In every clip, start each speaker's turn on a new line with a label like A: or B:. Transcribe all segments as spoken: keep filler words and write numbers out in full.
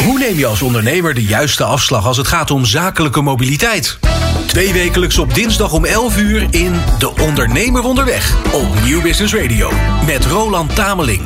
A: Hoe neem je als ondernemer de juiste afslag als het gaat om zakelijke mobiliteit? Twee wekelijks op dinsdag om elf uur in De Ondernemer Onderweg op Nieuw Business Radio met Roland Tameling.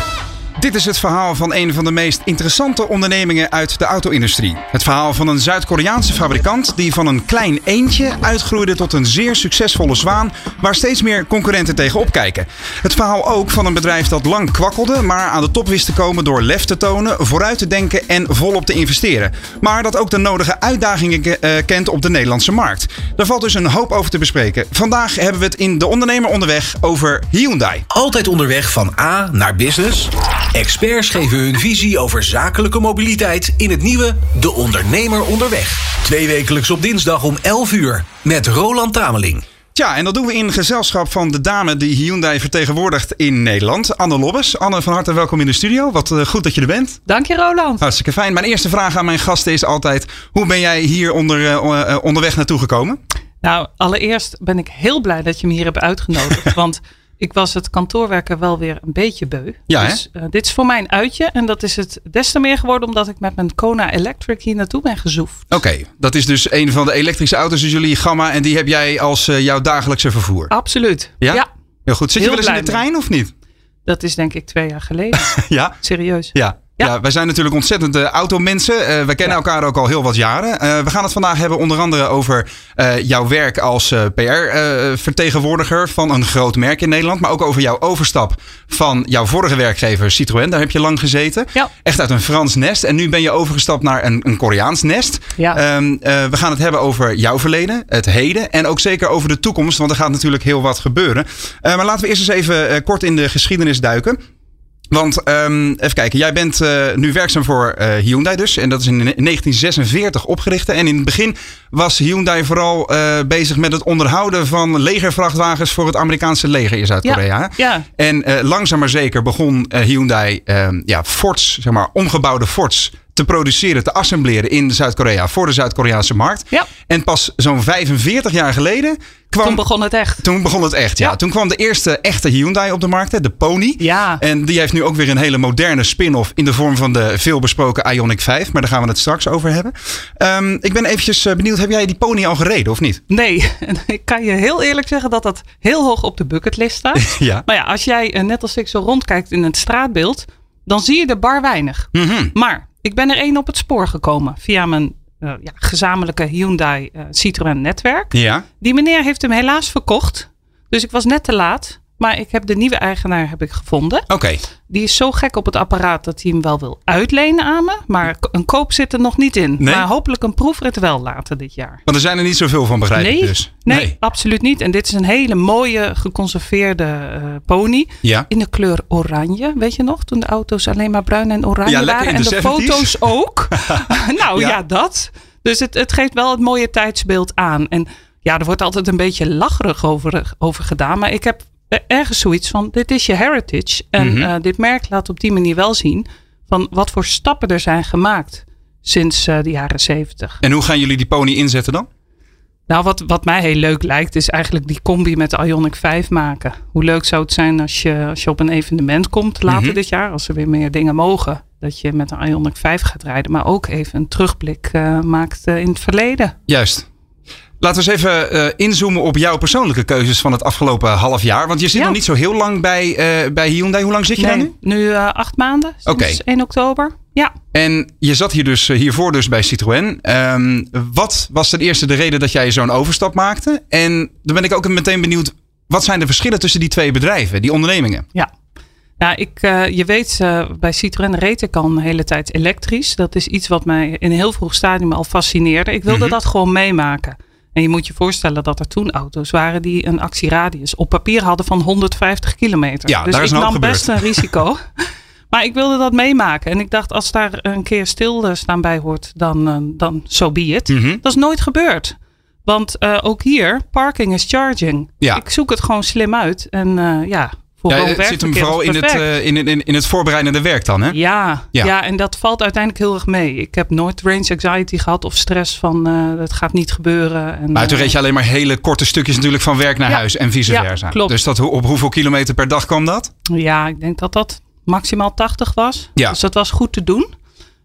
B: Dit is het verhaal van een van de meest interessante ondernemingen uit de auto-industrie. Het verhaal van een Zuid-Koreaanse fabrikant die van een klein eendje uitgroeide tot een zeer succesvolle zwaan waar steeds meer concurrenten tegenop kijken. Het verhaal ook van een bedrijf dat lang kwakkelde, maar aan de top wist te komen door lef te tonen, vooruit te denken en volop te investeren. Maar dat ook de nodige uitdagingen uh, kent op de Nederlandse markt. Daar valt dus een hoop over te bespreken. Vandaag hebben we het in De Ondernemer Onderweg over Hyundai.
A: Altijd onderweg van A naar business. Experts geven hun visie over zakelijke mobiliteit in het nieuwe De Ondernemer Onderweg. Twee wekelijks op dinsdag om elf uur met Roland Tameling.
B: Tja, en dat doen we in gezelschap van de dame die Hyundai vertegenwoordigt in Nederland. Anne Lobbes. Anne, van harte welkom in de studio. Wat uh, goed dat je er bent.
C: Dank je, Roland.
B: Hartstikke fijn. Mijn eerste vraag aan mijn gasten is altijd: hoe ben jij hier onder, uh, uh, onderweg naartoe gekomen?
C: Nou, allereerst ben ik heel blij dat je me hier hebt uitgenodigd. Want ik was het kantoorwerken wel weer een beetje beu.
B: Ja,
C: dus uh, dit is voor mij een uitje. En dat is het des te meer geworden omdat ik met mijn Kona Electric hier naartoe ben gezoefd.
B: Oké, okay, dat is dus een van de elektrische auto's in jullie gamma. En die heb jij als uh, jouw dagelijkse vervoer.
C: Absoluut.
B: Ja?
C: Ja.
B: Heel goed. Zit
C: heel
B: je wel eens in de trein mee. Of niet?
C: Dat is denk ik twee jaar geleden.
B: Ja?
C: Serieus.
B: Ja. Ja. ja, wij zijn natuurlijk ontzettend uh, automensen. Uh, we kennen ja. elkaar ook al heel wat jaren. Uh, we gaan het vandaag hebben onder andere over uh, jouw werk als uh, P R-vertegenwoordiger uh, van een groot merk in Nederland. Maar ook over jouw overstap van jouw vorige werkgever Citroën. Daar heb je lang gezeten.
C: Ja.
B: Echt uit een Frans nest. En nu ben je overgestapt naar een, een Koreaans nest.
C: Ja.
B: Um, uh, we gaan het hebben over jouw verleden, het heden. En ook zeker over de toekomst. Want er gaat natuurlijk heel wat gebeuren. Uh, maar laten we eerst eens even uh, kort in de geschiedenis duiken. Want um, even kijken, jij bent uh, nu werkzaam voor uh, Hyundai dus. En dat is in negentien zesenveertig opgericht. En in het begin was Hyundai vooral uh, bezig met het onderhouden van legervrachtwagens voor het Amerikaanse leger in Zuid-Korea.
C: Ja, ja.
B: En uh, langzaam maar zeker begon uh, Hyundai uh, ja, Fords, zeg maar omgebouwde Fords te produceren, te assembleren in Zuid-Korea voor de Zuid-Koreaanse markt.
C: Ja.
B: En pas zo'n vijfenveertig jaar geleden kwam...
C: Toen begon het echt.
B: Toen begon het echt, ja. ja. Toen kwam de eerste echte Hyundai op de markt, de Pony.
C: Ja.
B: En die heeft nu ook weer een hele moderne spin-off in de vorm van de veelbesproken Ioniq vijf. Maar daar gaan we het straks over hebben. Um, ik ben eventjes benieuwd, heb jij die Pony al gereden of niet?
C: Nee, ik kan je heel eerlijk zeggen dat dat heel hoog op de bucketlist staat.
B: Ja.
C: Maar ja, als jij net als ik zo rondkijkt in het straatbeeld, dan zie je er bar weinig.
B: Mm-hmm.
C: Maar ik ben er één op het spoor gekomen via mijn uh, ja, gezamenlijke Hyundai uh, Citroën netwerk.
B: Ja.
C: Die meneer heeft hem helaas verkocht. Dus ik was net te laat. Maar ik heb de nieuwe eigenaar heb ik gevonden.
B: Oké. Okay.
C: Die is zo gek op het apparaat dat hij hem wel wil uitlenen aan me. Maar een koop zit er nog niet in.
B: Nee?
C: Maar hopelijk een proefrit wel later dit jaar.
B: Want er zijn er niet zoveel van, begrijp
C: nee,
B: ik dus.
C: Nee,
B: nee,
C: absoluut niet. En dit is een hele mooie geconserveerde uh, pony.
B: Ja.
C: In de kleur oranje. Weet je nog? Toen de auto's alleen maar bruin en oranje
B: ja,
C: waren.
B: En
C: de,
B: de
C: de foto's ook. nou ja, ja dat. Dus het, het geeft wel het mooie tijdsbeeld aan. En ja, er wordt altijd een beetje lacherig over, over gedaan. Maar ik heb ergens zoiets van, dit is je heritage. En mm-hmm. uh, dit merk laat op die manier wel zien van wat voor stappen er zijn gemaakt sinds uh, de jaren zeventig.
B: En hoe gaan jullie die Pony inzetten dan?
C: Nou, wat, wat mij heel leuk lijkt, is eigenlijk die combi met de Ioniq vijf maken. Hoe leuk zou het zijn als je, als je op een evenement komt later mm-hmm. dit jaar, als er weer meer dingen mogen, dat je met een Ioniq vijf gaat rijden, maar ook even een terugblik uh, maakt uh, in het verleden.
B: Juist. Laten we eens even uh, inzoomen op jouw persoonlijke keuzes van het afgelopen half jaar. Want je zit
C: ja.
B: nog niet zo heel lang bij, uh, bij Hyundai. Hoe lang zit je
C: nee,
B: daar nu?
C: Nu uh, acht maanden, sinds
B: okay.
C: één oktober. Ja.
B: En je zat hier dus, uh, hiervoor dus bij Citroën. Um, wat was ten eerste de reden dat jij zo'n overstap maakte? En dan ben ik ook meteen benieuwd, wat zijn de verschillen tussen die twee bedrijven, die ondernemingen?
C: Ja. Nou, ik, uh, je weet, uh, bij Citroën reed ik al een hele tijd elektrisch. Dat is iets wat mij in een heel vroeg stadium al fascineerde. Ik wilde mm-hmm. dat gewoon meemaken. En je moet je voorstellen dat er toen auto's waren die een actieradius op papier hadden van honderdvijftig kilometer.
B: Ja,
C: dus
B: daar is
C: ik
B: een hoop
C: nam
B: gebeurd.
C: best een risico. Maar ik wilde dat meemaken. En ik dacht, als daar een keer stilstaan bij hoort, dan, uh, dan so be it.
B: Mm-hmm.
C: Dat is nooit gebeurd. Want uh, ook hier, parking is charging.
B: Ja.
C: Ik zoek het gewoon slim uit. En uh, ja...
B: Ja, het zit hem vooral in het, uh, in, in, in het voorbereidende werk dan, hè?
C: Ja, ja. ja, en dat valt uiteindelijk heel erg mee. Ik heb nooit range anxiety gehad of stress van uh, het gaat niet gebeuren. En,
B: maar toen
C: uh,
B: reed je alleen maar hele korte stukjes natuurlijk van werk naar
C: ja,
B: huis en vice versa.
C: Ja, klopt.
B: Dus dat, op hoeveel kilometer per dag kwam dat?
C: Ja, ik denk dat dat maximaal tachtig was.
B: Ja.
C: Dus dat was goed te doen.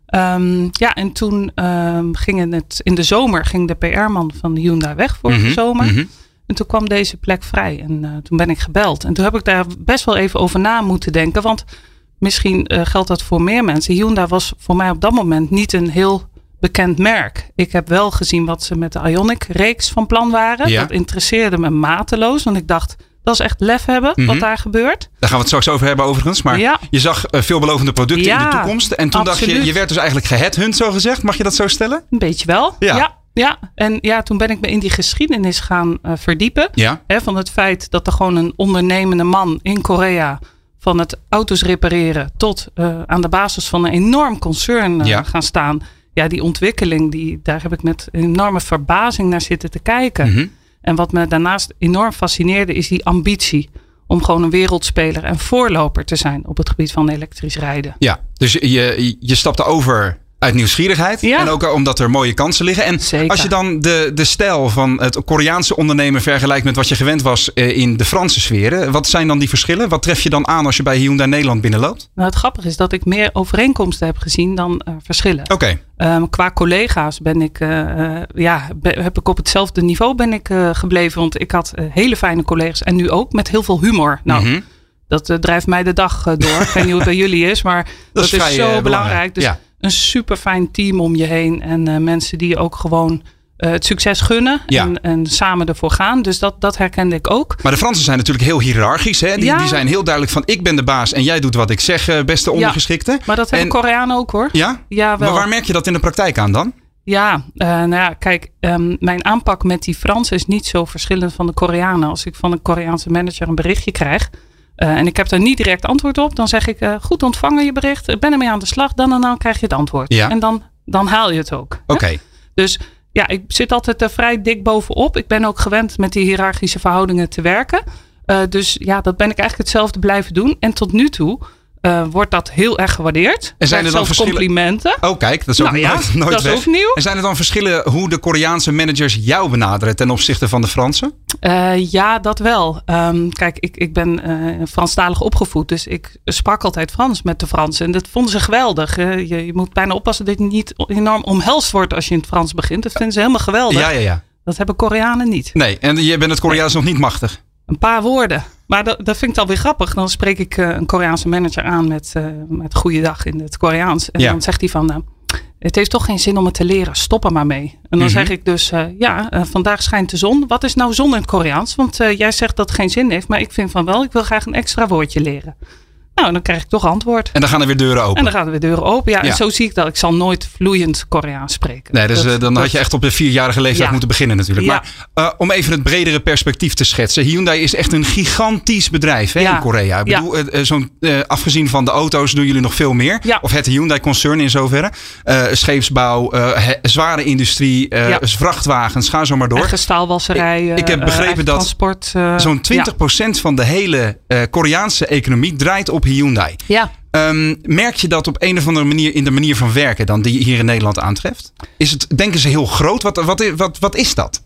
C: Um, ja, en toen um, ging het in de zomer ging de P R-man van de Hyundai weg voor
B: mm-hmm,
C: de zomer.
B: Mm-hmm.
C: En toen kwam deze plek vrij. En uh, toen ben ik gebeld. En toen heb ik daar best wel even over na moeten denken. Want misschien uh, geldt dat voor meer mensen. Hyundai was voor mij op dat moment niet een heel bekend merk. Ik heb wel gezien wat ze met de Ioniq-reeks van plan waren. Ja. Dat interesseerde me mateloos. Want ik dacht, dat is echt lef hebben mm-hmm. wat daar gebeurt.
B: Daar gaan we het straks over hebben overigens. Maar ja. je zag uh, veelbelovende producten ja, in de toekomst. En toen absoluut. dacht je, je werd dus eigenlijk geheadhunt zo gezegd. Mag je dat zo stellen?
C: Een beetje wel, ja. ja. Ja, en ja, toen ben ik me in die geschiedenis gaan uh, verdiepen. Ja. Hè, van het feit dat er gewoon een ondernemende man in Korea van het auto's repareren tot uh, aan de basis van een enorm concern uh, ja. gaan staan. Ja, die ontwikkeling, die, daar heb ik met enorme verbazing naar zitten te kijken. Mm-hmm. En wat me daarnaast enorm fascineerde is die ambitie om gewoon een wereldspeler en voorloper te zijn op het gebied van elektrisch rijden.
B: Ja, dus je, je stapte over uit nieuwsgierigheid. Ja. En ook omdat er mooie kansen liggen. En Zeker. Als je dan de, de stijl van het Koreaanse ondernemen vergelijkt met wat je gewend was in de Franse sferen. Wat zijn dan die verschillen? Wat tref je dan aan als je bij Hyundai Nederland binnenloopt?
C: Nou, het grappige is dat ik meer overeenkomsten heb gezien dan uh, verschillen.
B: Oké. Okay.
C: Um, qua collega's ben ik, uh, uh, ja, be, heb ik op hetzelfde niveau ben ik uh, gebleven. Want ik had uh, hele fijne collega's. En nu ook met heel veel humor. Nou, mm-hmm. dat uh, drijft mij de dag uh, door. Ik weet niet hoe het bij jullie is. Maar dat, dat is, is zo uh, belangrijk. Dus ja. Een super fijn team om je heen. En uh, mensen die ook gewoon uh, het succes gunnen. Ja. En, en samen ervoor gaan. Dus dat, dat herkende ik ook.
B: Maar de Fransen zijn natuurlijk heel hiërarchisch. Hè? Die, ja. die zijn heel duidelijk van ik ben de baas en jij doet wat ik zeg, uh, beste ondergeschikte.
C: Ja, maar dat hebben en, Koreanen ook hoor.
B: Ja?
C: Ja, wel.
B: Maar waar merk je dat in de praktijk aan dan?
C: Ja, uh, nou ja, kijk, um, mijn aanpak met die Fransen is niet zo verschillend van de Koreanen. Als ik van een Koreaanse manager een berichtje krijg. Uh, en ik heb daar niet direct antwoord op. Dan zeg ik, uh, goed ontvangen je bericht. Ik ben ermee aan de slag. Dan en dan krijg je het antwoord. Ja. En dan, dan haal je het ook.
B: Oké. Okay.
C: Dus ja, ik zit altijd uh, vrij dik bovenop. Ik ben ook gewend met die hiërarchische verhoudingen te werken. Uh, dus ja, dat ben ik eigenlijk hetzelfde blijven doen. En tot nu toe uh, wordt dat heel erg gewaardeerd.
B: En zijn er dan verschillen?
C: Complimenten.
B: Oh kijk, dat is ook
C: nou,
B: nooit,
C: ja,
B: nooit
C: dat
B: weg.
C: is ook nieuw.
B: En zijn er dan verschillen hoe de Koreaanse managers jou benaderen ten opzichte van de Fransen?
C: Uh, ja, dat wel. Um, kijk, ik, ik ben uh, Franstalig opgevoed. Dus ik sprak altijd Frans met de Fransen. En dat vonden ze geweldig. Uh, je, je moet bijna oppassen dat je niet enorm omhelst wordt als je in het Frans begint. Dat vinden ze helemaal geweldig.
B: Ja, ja, ja.
C: Dat hebben Koreanen niet.
B: Nee, en je bent het Koreaans nee. nog niet machtig.
C: Een paar woorden. Maar dat, dat vind ik dan weer grappig. Dan spreek ik uh, een Koreaanse manager aan met, uh, met goeiedag in het Koreaans. En ja. dan zegt hij van, uh, het heeft toch geen zin om het te leren. Stop er maar mee. En dan mm-hmm. zeg ik dus, uh, ja, uh, vandaag schijnt de zon. Wat is nou zon in het Koreaans? Want uh, jij zegt dat het geen zin heeft. Maar ik vind van wel, ik wil graag een extra woordje leren. Nou, dan krijg ik toch antwoord.
B: En dan gaan er weer deuren open.
C: En dan gaan er weer deuren open. Ja, ja. En zo zie ik dat. Ik zal nooit vloeiend Koreaans spreken.
B: Nee, dus dat, dan dat, had je echt op de vierjarige leeftijd ja. moeten beginnen natuurlijk. Ja. Maar uh, om even het bredere perspectief te schetsen. Hyundai is echt een gigantisch bedrijf hè, ja. in Korea. Ik ja. bedoel, uh, zo'n, uh, afgezien van de auto's doen jullie nog veel meer. Ja. Of het Hyundai-concern in zoverre. Uh, scheepsbouw, uh, he, zware industrie, uh, ja. vrachtwagens, ga zo maar door.
C: Eigen staalwasserij.
B: Ik, ik heb begrepen uh, dat
C: transport, uh,
B: zo'n twintig procent ja. van de hele uh, Koreaanse economie draait op Hyundai.
C: Ja.
B: Um, merk je dat op een of andere manier in de manier van werken dan die hier in Nederland aantreft? Is het, denken ze heel groot? Wat, wat, wat, wat is dat?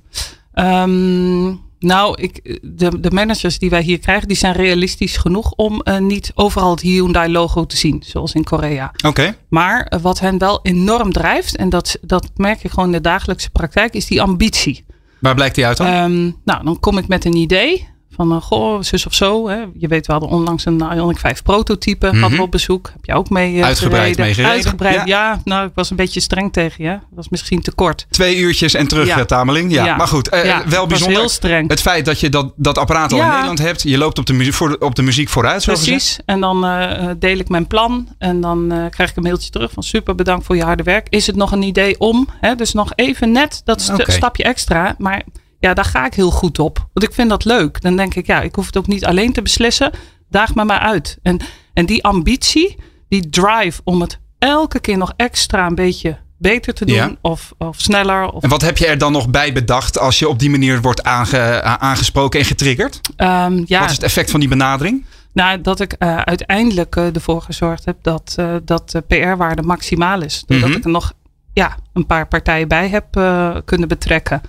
C: Um, nou, ik, de, de managers die wij hier krijgen, die zijn realistisch genoeg om uh, niet overal het Hyundai logo te zien, zoals in Korea.
B: Oké. Okay.
C: Maar uh, wat hen wel enorm drijft, en dat, dat merk je gewoon in de dagelijkse praktijk, is die ambitie.
B: Waar blijkt die uit dan?
C: Um, nou, dan kom ik met een idee. Van uh, goh, zus of zo. Hè. Je weet, we hadden onlangs een Ioniq vijf prototype. Mm-hmm. Hadden we op bezoek. Heb je ook mee uh,
B: Uitgebreid mee gereden?
C: Uitgebreid, ja. ja. Nou, ik was een beetje streng tegen je. Dat was misschien te kort.
B: Twee uurtjes en terug, ja. Tameling. Ja. ja. Maar goed, uh, ja, wel bijzonder.
C: Heel streng.
B: Het feit dat je dat, dat apparaat al ja. in Nederland hebt. Je loopt op de muziek, voor, op de muziek vooruit. Zo
C: Precies.
B: Gezegd.
C: En dan uh, deel ik mijn plan. En dan uh, krijg ik een mailtje terug van super, bedankt voor je harde werk. Is het nog een idee om? Hè? Dus nog even net dat st- okay. stapje extra. Maar... ja, daar ga ik heel goed op. Want ik vind dat leuk. Dan denk ik, ja, ik hoef het ook niet alleen te beslissen. Daag me maar uit. En, en die ambitie, die drive om het elke keer nog extra een beetje beter te doen. Ja. Of, of sneller. Of...
B: En wat heb je er dan nog bij bedacht als je op die manier wordt aange, aangesproken en getriggerd?
C: Um, ja.
B: Wat is het effect van die benadering?
C: Nou, dat ik uh, uiteindelijk uh, ervoor gezorgd heb dat, uh, dat de P R-waarde maximaal is. Doordat mm-hmm. ik er nog ja, een paar partijen bij heb uh, kunnen betrekken.
B: Ja.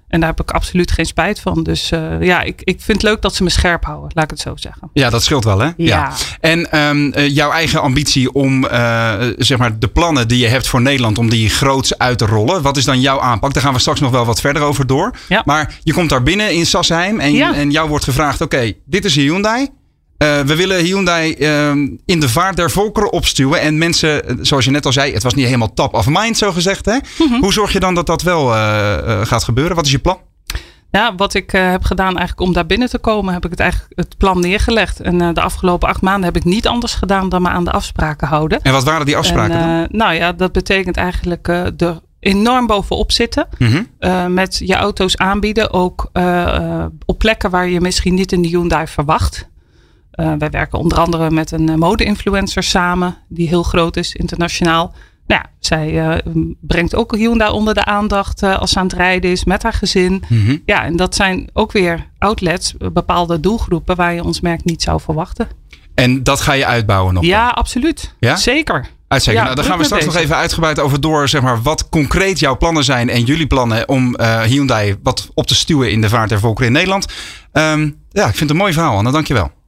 C: En daar heb ik absoluut geen spijt van. Dus uh, ja, ik, ik vind het leuk dat ze me scherp houden. Laat ik het zo zeggen.
B: Ja, dat scheelt wel, hè?
C: Ja.
B: ja. En um, jouw eigen ambitie om uh, zeg maar de plannen die je hebt voor Nederland, om die groots uit te rollen. Wat is dan jouw aanpak? Daar gaan we straks nog wel wat verder over door. Ja. Maar je komt daar binnen in Sassheim en, ja. en jou wordt gevraagd, oké, okay, dit is Hyundai. Uh, we willen Hyundai uh, in de vaart der volkeren opstuwen. En mensen, zoals je net al zei, het was niet helemaal top of mind, zo gezegd. Hè? Mm-hmm. Hoe zorg je dan dat dat wel uh, uh, gaat gebeuren? Wat is je plan?
C: Ja, wat ik uh, heb gedaan eigenlijk om daar binnen te komen, heb ik het eigenlijk het plan neergelegd. En uh, de afgelopen acht maanden heb ik niet anders gedaan dan me aan de afspraken houden.
B: En wat waren die afspraken
C: en, uh,
B: dan?
C: Nou ja, dat betekent eigenlijk uh, er enorm bovenop zitten. Mm-hmm. Uh, met je auto's aanbieden. Ook uh, uh, op plekken waar je misschien niet in de Hyundai verwacht. Uh, wij werken onder andere met een uh, mode-influencer samen. Die heel groot is, internationaal. Nou ja, zij uh, brengt ook Hyundai onder de aandacht uh, als ze aan het rijden is met haar gezin. Mm-hmm. Ja, en dat zijn ook weer outlets, bepaalde doelgroepen waar je ons merk niet zou verwachten.
B: En dat ga je uitbouwen nog?
C: Ja, dan? absoluut. Ja? Zeker.
B: Uitstekend. Ja, nou, daar gaan we straks nog even uitgebreid over door, zeg maar, wat concreet jouw plannen zijn en jullie plannen om uh, Hyundai wat op te stuwen in de vaart der volkeren in Nederland. Um, ja, ik vind het een mooi verhaal, Anne. Dank je wel.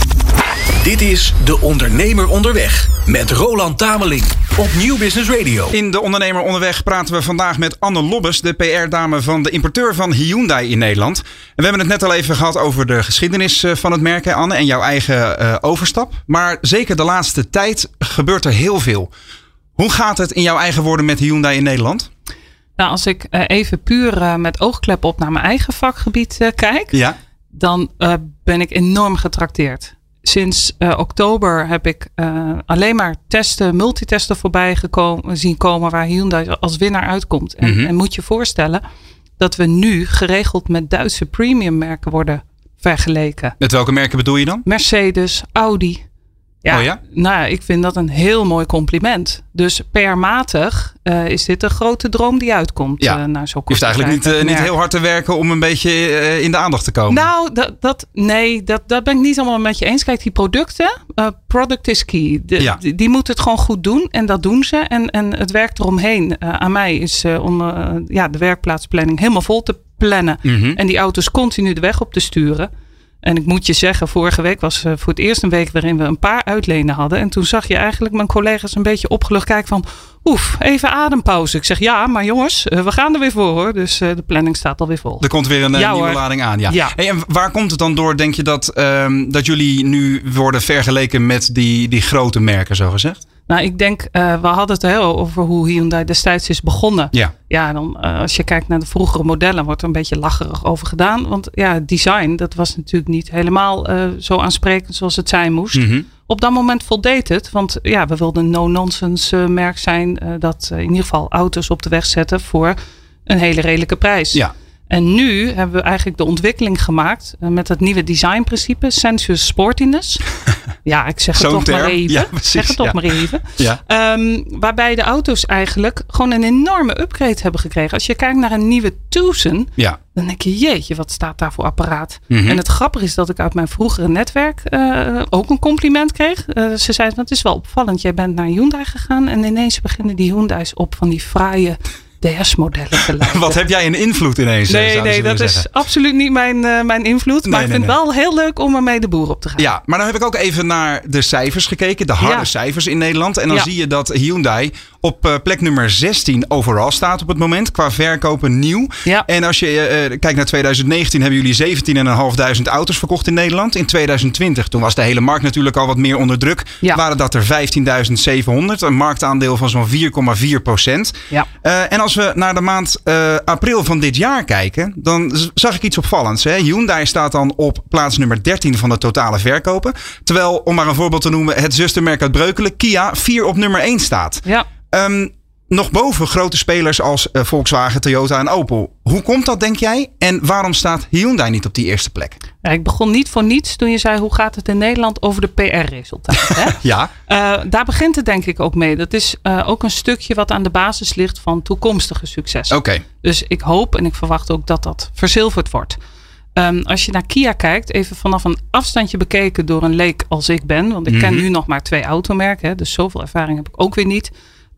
A: Dit is De Ondernemer Onderweg met Roland Tameling op Nieuw Business Radio.
B: In De Ondernemer Onderweg praten we vandaag met Anne Lobbes, de P R-dame van de importeur van Hyundai in Nederland. En we hebben het net al even gehad over de geschiedenis van het merk, Anne, en jouw eigen uh, overstap. Maar zeker de laatste tijd gebeurt er heel veel. Hoe gaat het in jouw eigen woorden met Hyundai in Nederland?
C: Nou, als ik uh, even puur uh, met oogklep op naar mijn eigen vakgebied uh, kijk, ja. dan uh, ben ik enorm getrakteerd. Sinds uh, oktober heb ik uh, alleen maar testen, multitesten voorbij gekomen, zien komen waar Hyundai als winnaar uitkomt. En, mm-hmm. en moet je voorstellen dat we nu geregeld met Duitse premium merken worden vergeleken.
B: Met welke merken bedoel je dan?
C: Mercedes, Audi. Ja, oh ja? Nou ja, ik vind dat een heel mooi compliment. Dus P R-matig uh, is dit een grote droom die uitkomt.
B: Ja.
C: Uh, naar zo'n
B: je hoeft eigenlijk niet, uh, niet heel hard te werken om een beetje uh, in de aandacht te komen.
C: Nou, dat, dat, nee, dat, dat ben ik niet allemaal met je eens. Kijk, die producten, uh, product is key. De, ja. die, die moeten het gewoon goed doen en dat doen ze. En, en het werk eromheen uh, aan mij is uh, om uh, ja, de werkplaatsplanning helemaal vol te plannen. Mm-hmm. En die auto's continu de weg op te sturen. En ik moet je zeggen, vorige week was voor het eerst een week waarin we een paar uitlenen hadden. En toen zag je eigenlijk mijn collega's een beetje opgelucht kijken van, oef, even adempauze. Ik zeg, ja, maar jongens, we gaan er weer voor hoor. Dus de planning staat alweer vol.
B: Er komt weer een ja, nieuwe hoor. lading aan. Ja. ja. Hey, en waar komt het dan door, denk je, dat, um, dat jullie nu worden vergeleken met die, die grote merken, zo gezegd?
C: Nou, ik denk, uh, we hadden het heel over hoe Hyundai destijds is begonnen. Ja. Ja, dan uh, als je kijkt naar de vroegere modellen, wordt er een beetje lacherig over gedaan. Want ja, het design, dat was natuurlijk niet helemaal uh, zo aansprekend zoals het zijn moest. Mm-hmm. Op dat moment voldeed het. Want ja, we wilden een no-nonsense uh, merk zijn. Uh, dat uh, in ieder geval auto's op de weg zetten voor een hele redelijke prijs. Ja. En nu hebben we eigenlijk de ontwikkeling gemaakt uh, met het nieuwe designprincipe, sensuous sportiness. Ja, ik zeg het
B: Zo'n
C: toch
B: term.
C: maar even.
B: Ja, precies,
C: zeg het toch
B: ja.
C: maar even.
B: Ja.
C: Um, waarbij de auto's eigenlijk gewoon een enorme upgrade hebben gekregen. Als je kijkt naar een nieuwe Tucson, ja. dan denk je, jeetje, wat staat daar voor apparaat? Mm-hmm. En het grappige is dat ik uit mijn vroegere netwerk uh, ook een compliment kreeg. Uh, ze zeiden, het is wel opvallend. Jij bent naar Hyundai gegaan en ineens beginnen die Hyundai's op van die fraaie D S-modellen te lijken.
B: Wat heb jij een invloed ineens?
C: Nee, nee, dat is zeggen. absoluut niet mijn, uh, mijn invloed. Maar nee, ik vind het nee, nee. wel heel leuk om ermee de boer op te gaan.
B: Ja, maar dan heb ik ook even naar de cijfers gekeken. De harde ja. cijfers in Nederland. En dan ja. zie je dat Hyundai op uh, plek nummer zestien overal staat op het moment. Qua verkopen nieuw. Ja. En als je uh, kijkt naar twintig negentien hebben jullie zeventienduizend vijfhonderd auto's verkocht in Nederland. In twintig twintig, toen was de hele markt natuurlijk al wat meer onder druk. Ja. Waren dat er vijftienduizend zevenhonderd. Een marktaandeel van zo'n vier komma vier procent. Ja. Uh, en als we naar de maand uh, april van dit jaar kijken, dan zag ik iets opvallends. Hè? Hyundai staat dan op plaats nummer dertien van de totale verkopen. Terwijl, om maar een voorbeeld te noemen, het zustermerk uit Breukelen, Kia, vier op nummer één staat. Ja. Um, nog boven grote spelers als uh, Volkswagen, Toyota en Opel. Hoe komt dat, denk jij? En waarom staat Hyundai niet op die eerste plek?
C: Ja, ik begon niet voor niets toen je zei, hoe gaat het in Nederland over de P R-resultaten?
B: ja.
C: Uh, daar begint het denk ik ook mee. Dat is uh, ook een stukje wat aan de basis ligt van toekomstige successen.
B: Okay.
C: Dus ik hoop en ik verwacht ook dat dat verzilverd wordt. Um, als je naar Kia kijkt, even vanaf een afstandje bekeken door een leek als ik ben. Want ik mm-hmm. ken nu nog maar twee automerken. Hè, dus zoveel ervaring heb ik ook weer niet.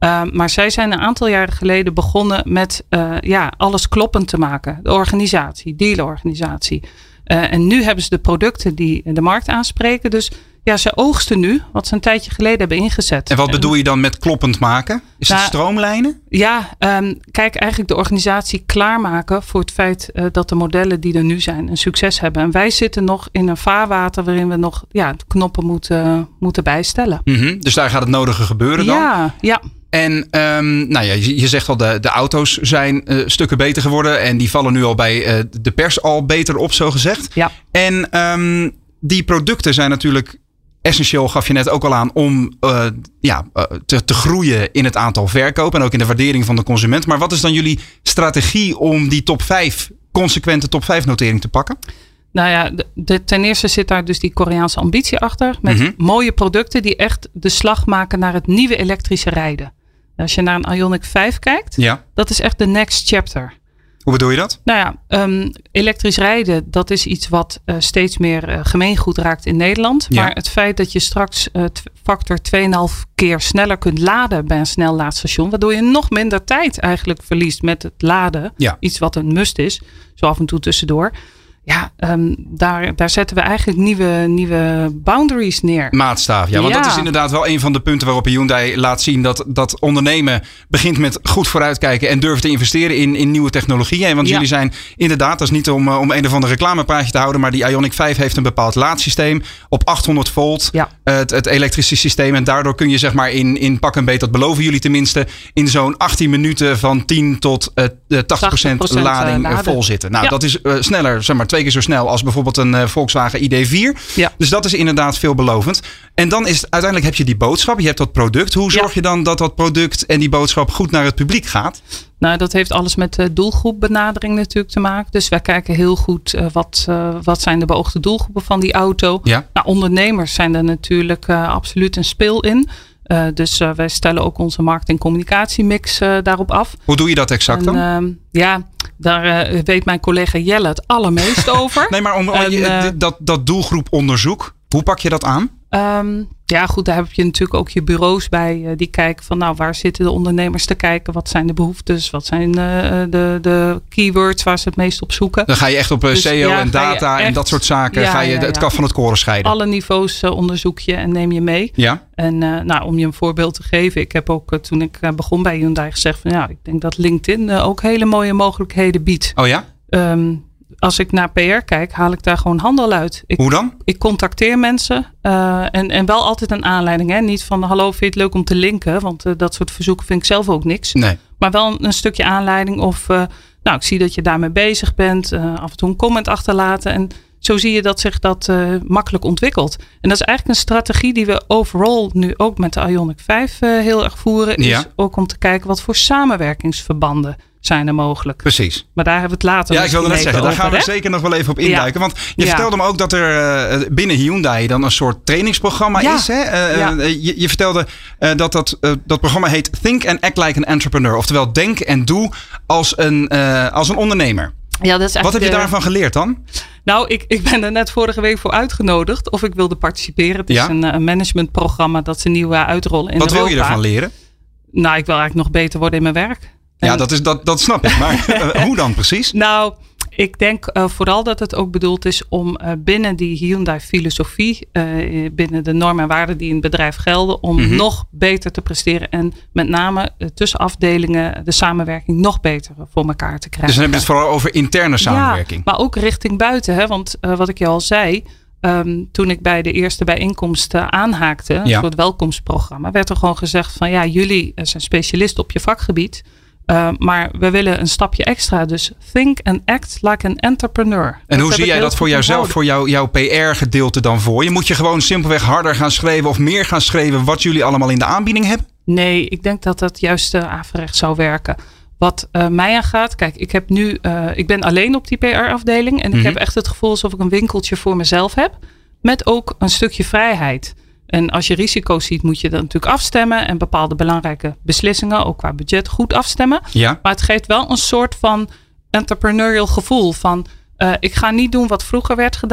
C: Uh, maar zij zijn een aantal jaren geleden begonnen met uh, ja, alles kloppend te maken. De organisatie, dealerorganisatie. Uh, en nu hebben ze de producten die de markt aanspreken. Dus ja, ze oogsten nu wat ze een tijdje geleden hebben ingezet.
B: En wat bedoel je dan met kloppend maken? Is nou, het stroomlijnen?
C: Ja, um, kijk, eigenlijk de organisatie klaarmaken voor het feit uh, dat de modellen die er nu zijn een succes hebben. En wij zitten nog in een vaarwater waarin we nog ja, de knoppen moeten, moeten bijstellen.
B: Mm-hmm, dus daar gaat het nodige gebeuren dan?
C: Ja, ja.
B: En um, nou ja, je, je zegt al, de, de auto's zijn uh, stukken beter geworden. En die vallen nu al bij uh, de pers al beter op, zo gezegd.
C: Ja.
B: En um, die producten zijn natuurlijk essentieel, gaf je net ook al aan, om uh, ja, uh, te, te groeien in het aantal verkopen. En ook in de waardering van de consument. Maar wat is dan jullie strategie om die top vijf, consequente top vijf notering te pakken?
C: Nou ja, de, de, ten eerste zit daar dus die Koreaanse ambitie achter. Met mm-hmm. mooie producten die echt de slag maken naar het nieuwe elektrische rijden. Als je naar een Ioniq vijf kijkt,
B: ja.
C: dat is echt de next chapter.
B: Hoe bedoel je dat?
C: Nou ja, um, elektrisch rijden, dat is iets wat uh, steeds meer uh, gemeengoed raakt in Nederland. Ja. Maar het feit dat je straks uh, t- factor twee komma vijf keer sneller kunt laden bij een snellaadstation. Waardoor je nog minder tijd eigenlijk verliest met het laden.
B: Ja.
C: Iets wat een must is, zo af en toe tussendoor. Ja, um, daar, daar zetten we eigenlijk nieuwe, nieuwe boundaries neer.
B: Maatstaaf, ja. Want ja. dat is inderdaad wel een van de punten waarop Hyundai laat zien dat, dat ondernemen begint met goed vooruitkijken en durven te investeren in, in nieuwe technologieën. Want ja. jullie zijn inderdaad, dat is niet om, om een of ander reclamepraatje te houden, maar die Ioniq vijf heeft een bepaald laadsysteem op achthonderd volt.
C: Ja.
B: Het, het elektrische systeem. En daardoor kun je zeg maar in, in pak en beet, dat beloven jullie tenminste, in zo'n achttien minuten van tien tot uh, tachtig procent lading uh, vol zitten. Nou, ja. dat is uh, sneller, zeg maar, twee keer zo snel als bijvoorbeeld een uh, Volkswagen I D vier.
C: Ja.
B: Dus dat is inderdaad veelbelovend. En dan is het, uiteindelijk heb je die boodschap, je hebt dat product. Hoe zorg ja. je dan dat dat product en die boodschap goed naar het publiek gaat?
C: Nou, dat heeft alles met de doelgroepbenadering natuurlijk te maken. Dus wij kijken heel goed uh, wat, uh, wat zijn de beoogde doelgroepen van die auto.
B: Ja.
C: Nou, ondernemers zijn er natuurlijk uh, absoluut een speel in. Uh, dus uh, wij stellen ook onze marketing-communicatiemix uh, daarop af.
B: Hoe doe je dat exact dan?
C: En, uh, ja, daar uh, weet mijn collega Jelle het allermeest over.
B: Nee, maar om, om, en, uh, dat, dat doelgroeponderzoek, hoe pak je dat aan?
C: Um, ja, goed, daar heb je natuurlijk ook je bureaus bij uh, die kijken van, nou, waar zitten de ondernemers te kijken? Wat zijn de behoeftes? Wat zijn uh, de, de keywords waar ze het meest op zoeken?
B: Dan ga je echt op uh, dus, S E O ja, en data echt, en dat soort zaken. Ja, ga je ja, het ja. kaf van het koren scheiden.
C: Alle niveaus uh, onderzoek je en neem je mee.
B: Ja.
C: En uh, nou, om je een voorbeeld te geven. Ik heb ook uh, toen ik uh, begon bij Hyundai gezegd van, ja, ik denk dat LinkedIn uh, ook hele mooie mogelijkheden biedt.
B: Oh ja?
C: Um, Als ik naar P R kijk, haal ik daar gewoon handel uit. Ik,
B: Hoe dan?
C: Ik contacteer mensen uh, en, en wel altijd een aanleiding. Hè? Niet van hallo, vind je het leuk om te linken? Want uh, dat soort verzoeken vind ik zelf ook niks.
B: Nee.
C: Maar wel een, een stukje aanleiding of uh, nou, ik zie dat je daarmee bezig bent. Uh, af en toe een comment achterlaten. En zo zie je dat zich dat uh, makkelijk ontwikkelt. En dat is eigenlijk een strategie die we overal nu ook met de Ioniq vijf uh, heel erg voeren. Is
B: ja.
C: ook om te kijken wat voor samenwerkingsverbanden zijn er mogelijk.
B: Precies.
C: Maar daar hebben we het later
B: Ja, ik wilde net zeggen,
C: over,
B: daar gaan we
C: hè?
B: zeker nog wel even op induiken. Ja. Want je ja. vertelde me ook dat er uh, binnen Hyundai dan een soort trainingsprogramma
C: ja.
B: is. Hè? Uh,
C: ja.
B: uh, je, je vertelde uh, dat dat, uh, dat programma heet Think and Act Like an Entrepreneur. Oftewel, denk en doe als een, uh, als een ondernemer.
C: Ja, dat is
B: Wat heb je
C: de...
B: daarvan geleerd dan?
C: Nou, ik, ik ben er net vorige week voor uitgenodigd of ik wilde participeren. Het is
B: ja?
C: een, een managementprogramma dat ze nieuw uh, uitrollen in
B: Wat
C: Europa.
B: wil je ervan leren?
C: Nou, ik wil eigenlijk nog beter worden in mijn werk. En...
B: Ja, dat, is, dat, dat snap ik. Maar uh, hoe dan precies?
C: Nou, ik denk uh, vooral dat het ook bedoeld is om uh, binnen die Hyundai-filosofie, uh, binnen de normen en waarden die in het bedrijf gelden, om mm-hmm. nog beter te presteren. En met name uh, tussen afdelingen de samenwerking nog beter voor elkaar te krijgen.
B: Dus dan heb je het vooral over interne samenwerking.
C: Ja, maar ook richting buiten. Hè? Want uh, wat ik je al zei, um, toen ik bij de eerste bijeenkomst uh, aanhaakte, een ja. soort welkomstprogramma, werd er gewoon gezegd van ja, jullie zijn specialisten op je vakgebied. Uh, maar we willen een stapje extra. Dus think and act like an entrepreneur.
B: En
C: dat
B: hoe zie jij dat voor jouzelf, voor jou, jouw P R-gedeelte dan voor je? Moet je gewoon simpelweg harder gaan schrijven of meer gaan schrijven wat jullie allemaal in de aanbieding hebben?
C: Nee, ik denk dat dat juist uh, averechts zou werken. Wat uh, mij aangaat, kijk, ik heb nu, uh, ik ben alleen op die P R-afdeling. En mm-hmm. ik heb echt het gevoel alsof ik een winkeltje voor mezelf heb. Met ook een stukje vrijheid. En als je risico's ziet, moet je dat natuurlijk afstemmen. En bepaalde belangrijke beslissingen, ook qua budget, goed afstemmen.
B: Ja.
C: Maar het geeft wel een soort van entrepreneurial gevoel. Van, uh, ik ga niet doen wat vroeger werd gedaan.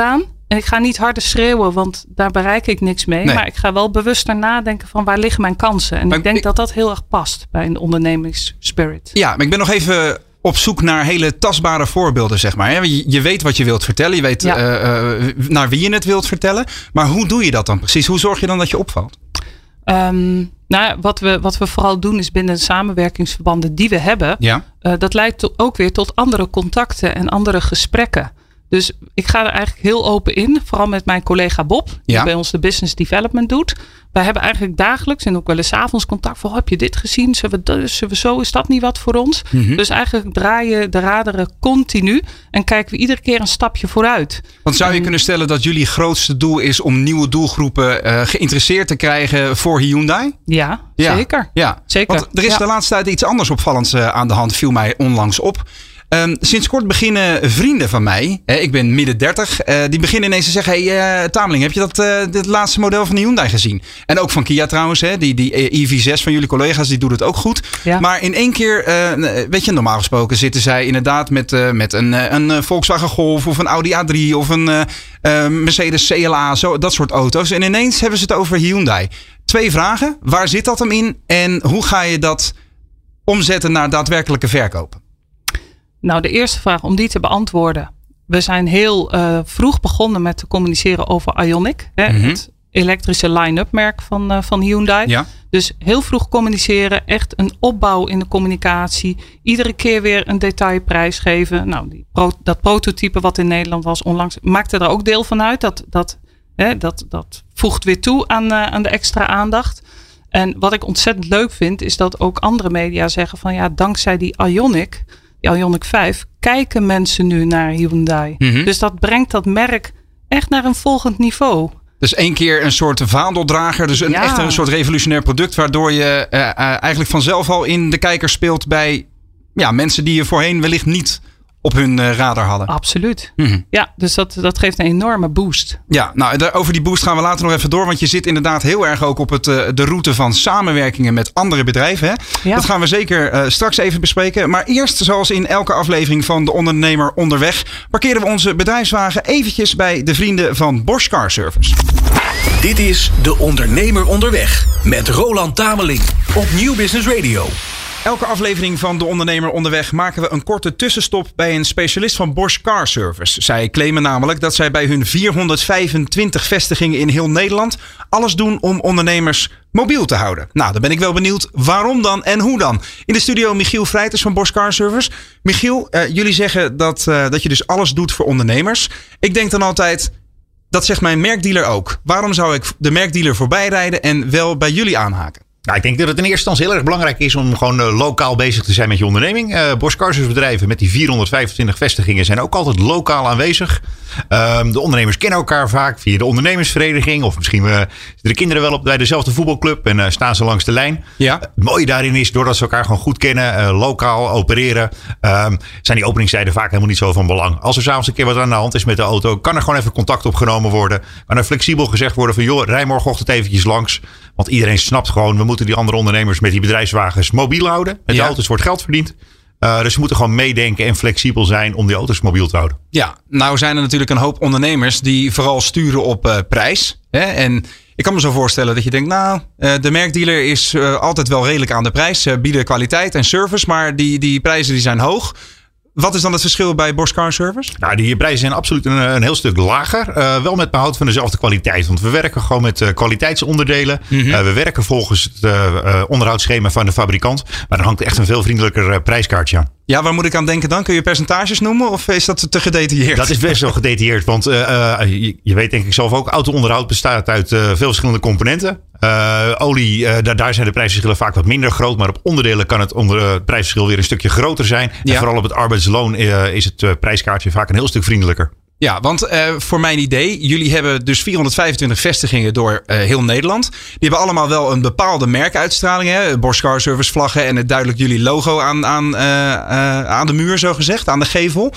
C: En ik ga niet harder schreeuwen, want daar bereik ik niks mee. Nee. Maar ik ga wel bewuster nadenken van waar liggen mijn kansen. En maar ik denk ik, dat dat heel erg past bij een ondernemingsspirit.
B: Ja, maar ik ben nog even op zoek naar hele tastbare voorbeelden, zeg maar. Je, je weet wat je wilt vertellen. Je weet ja. uh, uh, naar wie je het wilt vertellen. Maar hoe doe je dat dan precies? Hoe zorg je dan dat je opvalt?
C: Um, nou, wat we, wat we vooral doen is binnen de samenwerkingsverbanden die we hebben. Ja. Uh, dat leidt to, ook weer tot andere contacten en andere gesprekken. Dus ik ga er eigenlijk heel open in. Vooral met mijn collega Bob. Die ja. bij ons de business development doet. Wij hebben eigenlijk dagelijks en ook wel eens 's avonds contact. Van, heb je dit gezien? Zullen we, zullen we zo? Is dat niet wat voor ons? Mm-hmm. Dus eigenlijk draaien de raderen continu. En kijken we iedere keer een stapje vooruit.
B: Want zou je en, kunnen stellen dat jullie grootste doel is om nieuwe doelgroepen uh, geïnteresseerd te krijgen voor Hyundai?
C: Ja, ja. zeker.
B: Ja.
C: zeker.
B: Want er is
C: ja.
B: de laatste tijd iets anders opvallends uh, aan de hand. Viel mij onlangs op. Um, sinds kort beginnen vrienden van mij, hè, ik ben midden dertig, uh, die beginnen ineens te zeggen, hey uh, Tameling, heb je dat uh, dit laatste model van de Hyundai gezien? En ook van Kia trouwens, hè, die, die I V zes van jullie collega's, die doet het ook goed. Ja. Maar in één keer, uh, weet je, normaal gesproken zitten zij inderdaad met, uh, met een, een Volkswagen Golf of een Audi A drie of een uh, uh, Mercedes C L A, zo, dat soort auto's. En ineens hebben ze het over Hyundai. Twee vragen, waar zit dat hem in en hoe ga je dat omzetten naar daadwerkelijke verkopen?
C: Nou, de eerste vraag om die te beantwoorden. We zijn heel uh, vroeg begonnen met te communiceren over Ioniq. Hè, mm-hmm. Het elektrische line-up merk van, uh, van Hyundai. Ja. Dus heel vroeg communiceren. Echt een opbouw in de communicatie. Iedere keer weer een detailprijs geven. Nou, die pro- dat prototype wat in Nederland was onlangs. Maakte er ook deel van uit. Dat, dat, hè, dat, dat voegt weer toe aan, uh, aan de extra aandacht. En wat ik ontzettend leuk vind. Is dat ook andere media zeggen van ja, dankzij die Ioniq. Die Ioniq vijf, kijken mensen nu naar Hyundai. Mm-hmm. Dus dat brengt dat merk echt naar een volgend niveau.
B: Dus één keer een soort vaandeldrager. Dus een, ja. echt een soort revolutionair product. Waardoor je uh, uh, eigenlijk vanzelf al in de kijker speelt bij ja, mensen die je voorheen wellicht niet op hun uh, radar hadden.
C: Absoluut. Mm-hmm. Ja, dus dat, dat geeft een enorme boost.
B: Ja, nou over die boost gaan we later nog even door. Want je zit inderdaad heel erg ook op het, uh, de route van samenwerkingen met andere bedrijven. Hè? Ja. Dat gaan we zeker uh, straks even bespreken. Maar eerst, zoals in elke aflevering van De Ondernemer Onderweg, parkeren we onze bedrijfswagen eventjes bij de vrienden van Bosch Car Service.
A: Dit is De Ondernemer Onderweg met Roland Tameling op Nieuw Business Radio.
B: Elke aflevering van De Ondernemer Onderweg maken we een korte tussenstop bij een specialist van Bosch Car Service. Zij claimen namelijk dat zij bij hun vierhonderdvijfentwintig vestigingen in heel Nederland alles doen om ondernemers mobiel te houden. Nou, dan ben ik wel benieuwd waarom dan en hoe dan. In de studio Michiel Vrijters van Bosch Car Service. Michiel, uh, jullie zeggen dat, uh, dat je dus alles doet voor ondernemers. Ik denk dan altijd, dat zegt mijn merkdealer ook. Waarom zou ik de merkdealer voorbij rijden en wel bij jullie aanhaken?
D: Nou, ik denk dat het in eerste instantie heel erg belangrijk is om gewoon uh, lokaal bezig te zijn met je onderneming. Uh, Bosch Car Service bedrijven met die vierhonderdvijfentwintig vestigingen zijn ook altijd lokaal aanwezig. Uh, de ondernemers kennen elkaar vaak via de ondernemersvereniging. Of misschien uh, zitten de kinderen wel op bij dezelfde voetbalclub en uh, staan ze langs de lijn. Ja. Uh, het mooie daarin is, doordat ze elkaar gewoon goed kennen, uh, lokaal opereren, uh, zijn die openingstijden vaak helemaal niet zo van belang. Als er s'avonds een keer wat aan de hand is met de auto, kan er gewoon even contact opgenomen worden. Kan er flexibel gezegd worden van joh, rij morgenochtend eventjes langs. Want iedereen snapt gewoon, we moeten die andere ondernemers met die bedrijfswagens mobiel houden. Met ja. de auto's wordt geld verdiend. Uh, dus ze moeten gewoon meedenken en flexibel zijn om die auto's mobiel te houden.
B: Ja, nou zijn er natuurlijk een hoop ondernemers die vooral sturen op uh, prijs. Hè? En ik kan me zo voorstellen dat je denkt, nou, uh, de merkdealer is uh, altijd wel redelijk aan de prijs. Ze uh, bieden kwaliteit en service, maar die, die prijzen die zijn hoog. Wat is dan het verschil bij Bosch Car Service?
D: Nou, die prijzen zijn absoluut een, een heel stuk lager. Uh, wel met behoud van dezelfde kwaliteit. Want we werken gewoon met uh, kwaliteitsonderdelen. Mm-hmm. Uh, we werken volgens het uh, uh, onderhoudsschema van de fabrikant. Maar er hangt echt een veel vriendelijker uh, prijskaartje aan.
B: Ja, waar moet ik aan denken dan? Kun je percentages noemen of is dat te gedetailleerd?
D: Dat is best wel gedetailleerd. Want uh, uh, je, je weet denk ik zelf ook, auto-onderhoud bestaat uit uh, veel verschillende componenten. Uh, olie, uh, daar, daar zijn de prijsverschillen vaak wat minder groot. Maar op onderdelen kan het onder, uh, prijsverschil weer een stukje groter zijn. Ja. En vooral op het arbeidsloon uh, is het uh, prijskaartje vaak een heel stuk vriendelijker.
B: Ja, want uh, voor mijn idee, jullie hebben dus vierhonderdvijfentwintig vestigingen door uh, heel Nederland. Die hebben allemaal wel een bepaalde merkuitstraling. Hè? Bosch Car Service vlaggen en het duidelijk jullie logo aan, aan, uh, uh, aan de muur, zo gezegd, aan de gevel.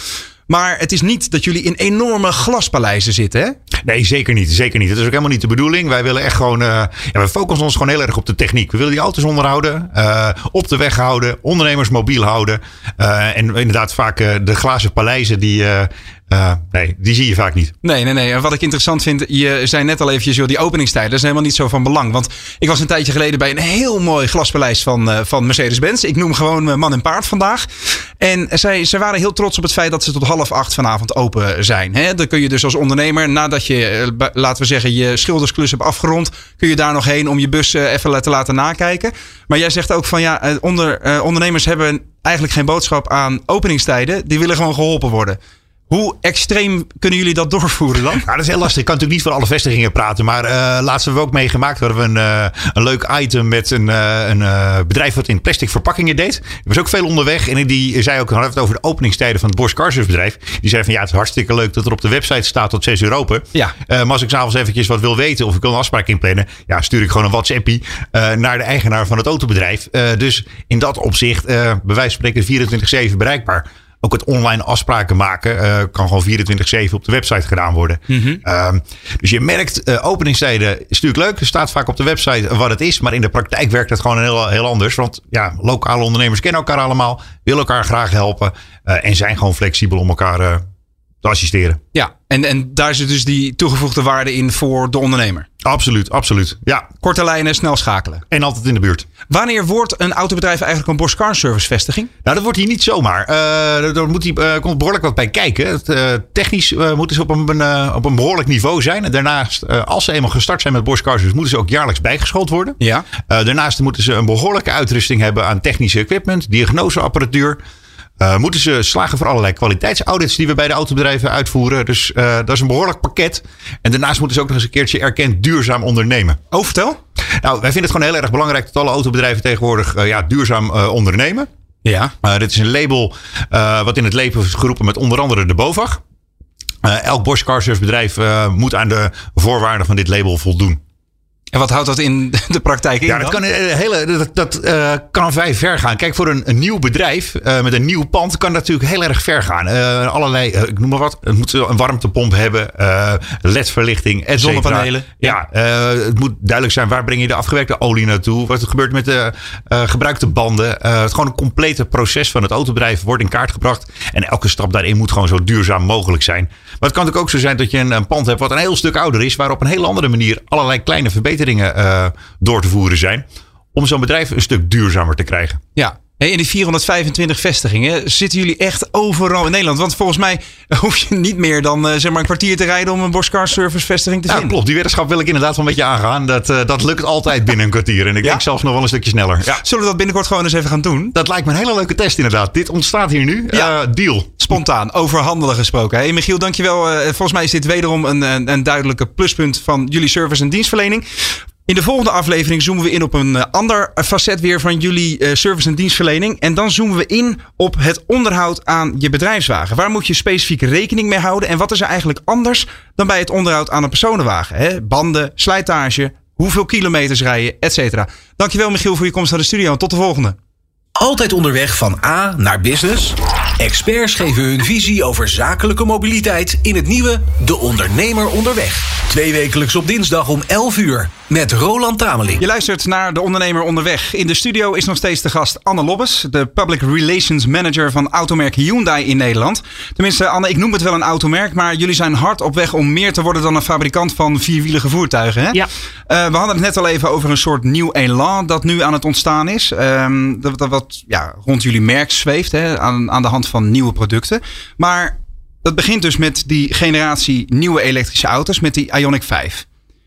B: Maar het is niet dat jullie in enorme glaspaleizen zitten, hè?
D: Nee, zeker niet. Zeker niet. Dat is ook helemaal niet de bedoeling. Wij willen echt gewoon... Uh, ja, we focussen ons gewoon heel erg op de techniek. We willen die auto's onderhouden. Uh, op de weg houden. Ondernemers mobiel houden. Uh, en inderdaad vaak uh, de glazen paleizen die... Uh, Uh, nee, die zie je vaak niet.
B: Nee, nee, nee. En wat ik interessant vind, je zei net al eventjes, joh, die openingstijden, dat is helemaal niet zo van belang. Want ik was een tijdje geleden bij een heel mooi glaspaleis van, uh, van Mercedes-Benz. Ik noem gewoon uh, man en paard vandaag. En zij, zij waren heel trots op het feit dat ze tot half acht vanavond open zijn. Hè? Dan kun je dus als ondernemer, nadat je, uh, laten we zeggen, je schildersklus hebt afgerond, kun je daar nog heen om je bus uh, even te laten nakijken. Maar jij zegt ook van ja, uh, onder, uh, ondernemers hebben eigenlijk geen boodschap aan openingstijden. Die willen gewoon geholpen worden. Hoe extreem kunnen jullie dat doorvoeren dan?
D: Nou, dat is heel lastig. Ik kan natuurlijk niet voor alle vestigingen praten. Maar uh, laatst hebben we ook meegemaakt. Hadden we een, uh, een leuk item met een, uh, een uh, bedrijf wat in plastic verpakkingen deed. Er was ook veel onderweg. En die zei ook, we hadden het over de openingstijden van het Bosch Car Service bedrijf. Die zei van ja, het is hartstikke leuk dat er op de website staat tot zes uur open. Ja. Uh, maar als ik s'avonds eventjes wat wil weten of ik wil een afspraak inplannen. Ja, stuur ik gewoon een WhatsAppie uh, naar de eigenaar van het autobedrijf. Uh, dus in dat opzicht, uh, bij wijze van spreken vierentwintig zeven bereikbaar. Ook het online afspraken maken uh, kan gewoon vierentwintig zeven op de website gedaan worden. Mm-hmm. Um, dus je merkt, uh, openingstijden is natuurlijk leuk. Er staat vaak op de website wat het is. Maar in de praktijk werkt het gewoon heel, heel anders. Want ja, lokale ondernemers kennen elkaar allemaal. Willen elkaar graag helpen. Uh, en zijn gewoon flexibel om elkaar uh, te assisteren.
B: Ja, en, en daar zit dus die toegevoegde waarde in voor de ondernemer.
D: Absoluut, absoluut. Ja.
B: Korte lijnen, snel schakelen.
D: En altijd in de buurt.
B: Wanneer wordt een autobedrijf eigenlijk een Bosch Car Service vestiging?
D: Nou, dat wordt hier niet zomaar. Uh, er moet hier, uh, komt behoorlijk wat bij kijken. Het, uh, technisch uh, moeten ze op een, uh, op een behoorlijk niveau zijn. En daarnaast, uh, als ze eenmaal gestart zijn met Bosch Car Service, moeten ze ook jaarlijks bijgeschoold worden. Ja. Uh, daarnaast moeten ze een behoorlijke uitrusting hebben aan technische equipment, diagnoseapparatuur. Uh, moeten ze slagen voor allerlei kwaliteitsaudits die we bij de autobedrijven uitvoeren. Dus uh, dat is een behoorlijk pakket. En daarnaast moeten ze ook nog eens een keertje erkend duurzaam ondernemen.
B: Oh, vertel.
D: Nou, wij vinden het gewoon heel erg belangrijk dat alle autobedrijven tegenwoordig uh, ja, duurzaam uh, ondernemen. Ja. Uh, dit is een label uh, wat in het leven is geroepen met onder andere de BOVAG. Uh, elk Bosch Car Service bedrijf uh, moet aan de voorwaarden van dit label voldoen.
B: En wat houdt dat in de praktijk in?
D: Ja, dat kan, hele, dat, dat uh, kan vrij ver gaan. Kijk, voor een, een nieuw bedrijf uh, met een nieuw pand kan dat natuurlijk heel erg ver gaan. Uh, allerlei, uh, ik noem maar wat. Het moet een warmtepomp hebben, uh, L E D-verlichting, et cetera.
B: Zonnepanelen.
D: Ja, uh, het moet duidelijk zijn waar breng je de afgewerkte olie naartoe. Wat er gebeurt met de uh, gebruikte banden. Uh, het gewoon een complete proces van het autobedrijf wordt in kaart gebracht. En elke stap daarin moet gewoon zo duurzaam mogelijk zijn. Maar het kan natuurlijk ook zo zijn dat je een, een pand hebt wat een heel stuk ouder is. Waar op een heel andere manier allerlei kleine verbeteringen Uh, door te voeren zijn. Om zo'n bedrijf een stuk duurzamer te krijgen.
B: Ja. Hey, in die vierhonderdvijfentwintig vestigingen zitten jullie echt overal in Nederland. Want volgens mij hoef je niet meer dan uh, zeg maar een kwartier te rijden om een Bosch Car Service vestiging te
D: ja,
B: vinden.
D: Klopt, die weddenschap wil ik inderdaad wel een beetje aangaan. Dat, uh, dat lukt altijd binnen een kwartier. En ik ja? denk zelfs nog wel een stukje sneller. Ja.
B: Zullen we dat binnenkort gewoon eens even gaan doen?
D: Dat lijkt me een hele leuke test inderdaad. Dit ontstaat hier nu. Ja. Uh, deal.
B: Spontaan, over handelen gesproken. Hey, Michiel, dankjewel. Uh, volgens mij is dit wederom een, een, een duidelijke pluspunt van jullie service en dienstverlening. In de volgende aflevering zoomen we in op een ander facet weer van jullie service en dienstverlening. En dan zoomen we in op het onderhoud aan je bedrijfswagen. Waar moet je specifiek rekening mee houden? En wat is er eigenlijk anders dan bij het onderhoud aan een personenwagen? Hè? Banden, slijtage, hoeveel kilometers rijden, et cetera. Dankjewel Michiel voor je komst naar de studio. Tot de volgende.
A: Altijd onderweg van A naar business? Experts geven hun visie over zakelijke mobiliteit in het nieuwe De Ondernemer Onderweg. Twee wekelijks op dinsdag om elf uur met Roland Tameling.
B: Je luistert naar De Ondernemer Onderweg. In de studio is nog steeds de gast Anne Lobbes, de Public Relations Manager van automerk Hyundai in Nederland. Tenminste, Anne, ik noem het wel een automerk, maar jullie zijn hard op weg om meer te worden dan een fabrikant van vierwielige voertuigen. Hè?
C: Ja.
B: Uh, we hadden het net al even over een soort nieuw elan dat nu aan het ontstaan is. Um, dat, dat wat ja, rond jullie merk zweeft, hè, aan, aan de hand van nieuwe producten. Maar dat begint dus met die generatie nieuwe elektrische auto's, met die Ioniq vijf.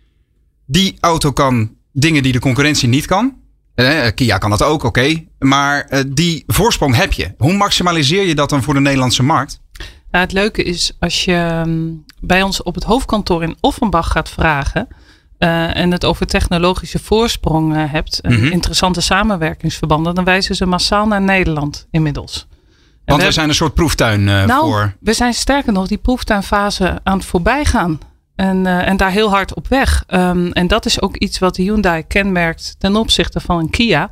B: Die auto kan dingen die de concurrentie niet kan. Eh, Kia kan dat ook, oké. Okay. Maar uh, die voorsprong heb je. Hoe maximaliseer je dat dan voor de Nederlandse markt?
C: Nou, het leuke is als je um, bij ons op het hoofdkantoor in Offenbach gaat vragen. Uh, en het over technologische voorsprong uh, hebt. Mm-hmm. Interessante samenwerkingsverbanden. Dan wijzen ze massaal naar Nederland inmiddels.
B: Want we, we zijn een soort proeftuin uh,
C: nou,
B: voor.
C: We zijn sterker nog die proeftuinfase aan het voorbij gaan. En, uh, en daar heel hard op weg. Um, en dat is ook iets wat Hyundai kenmerkt ten opzichte van een Kia.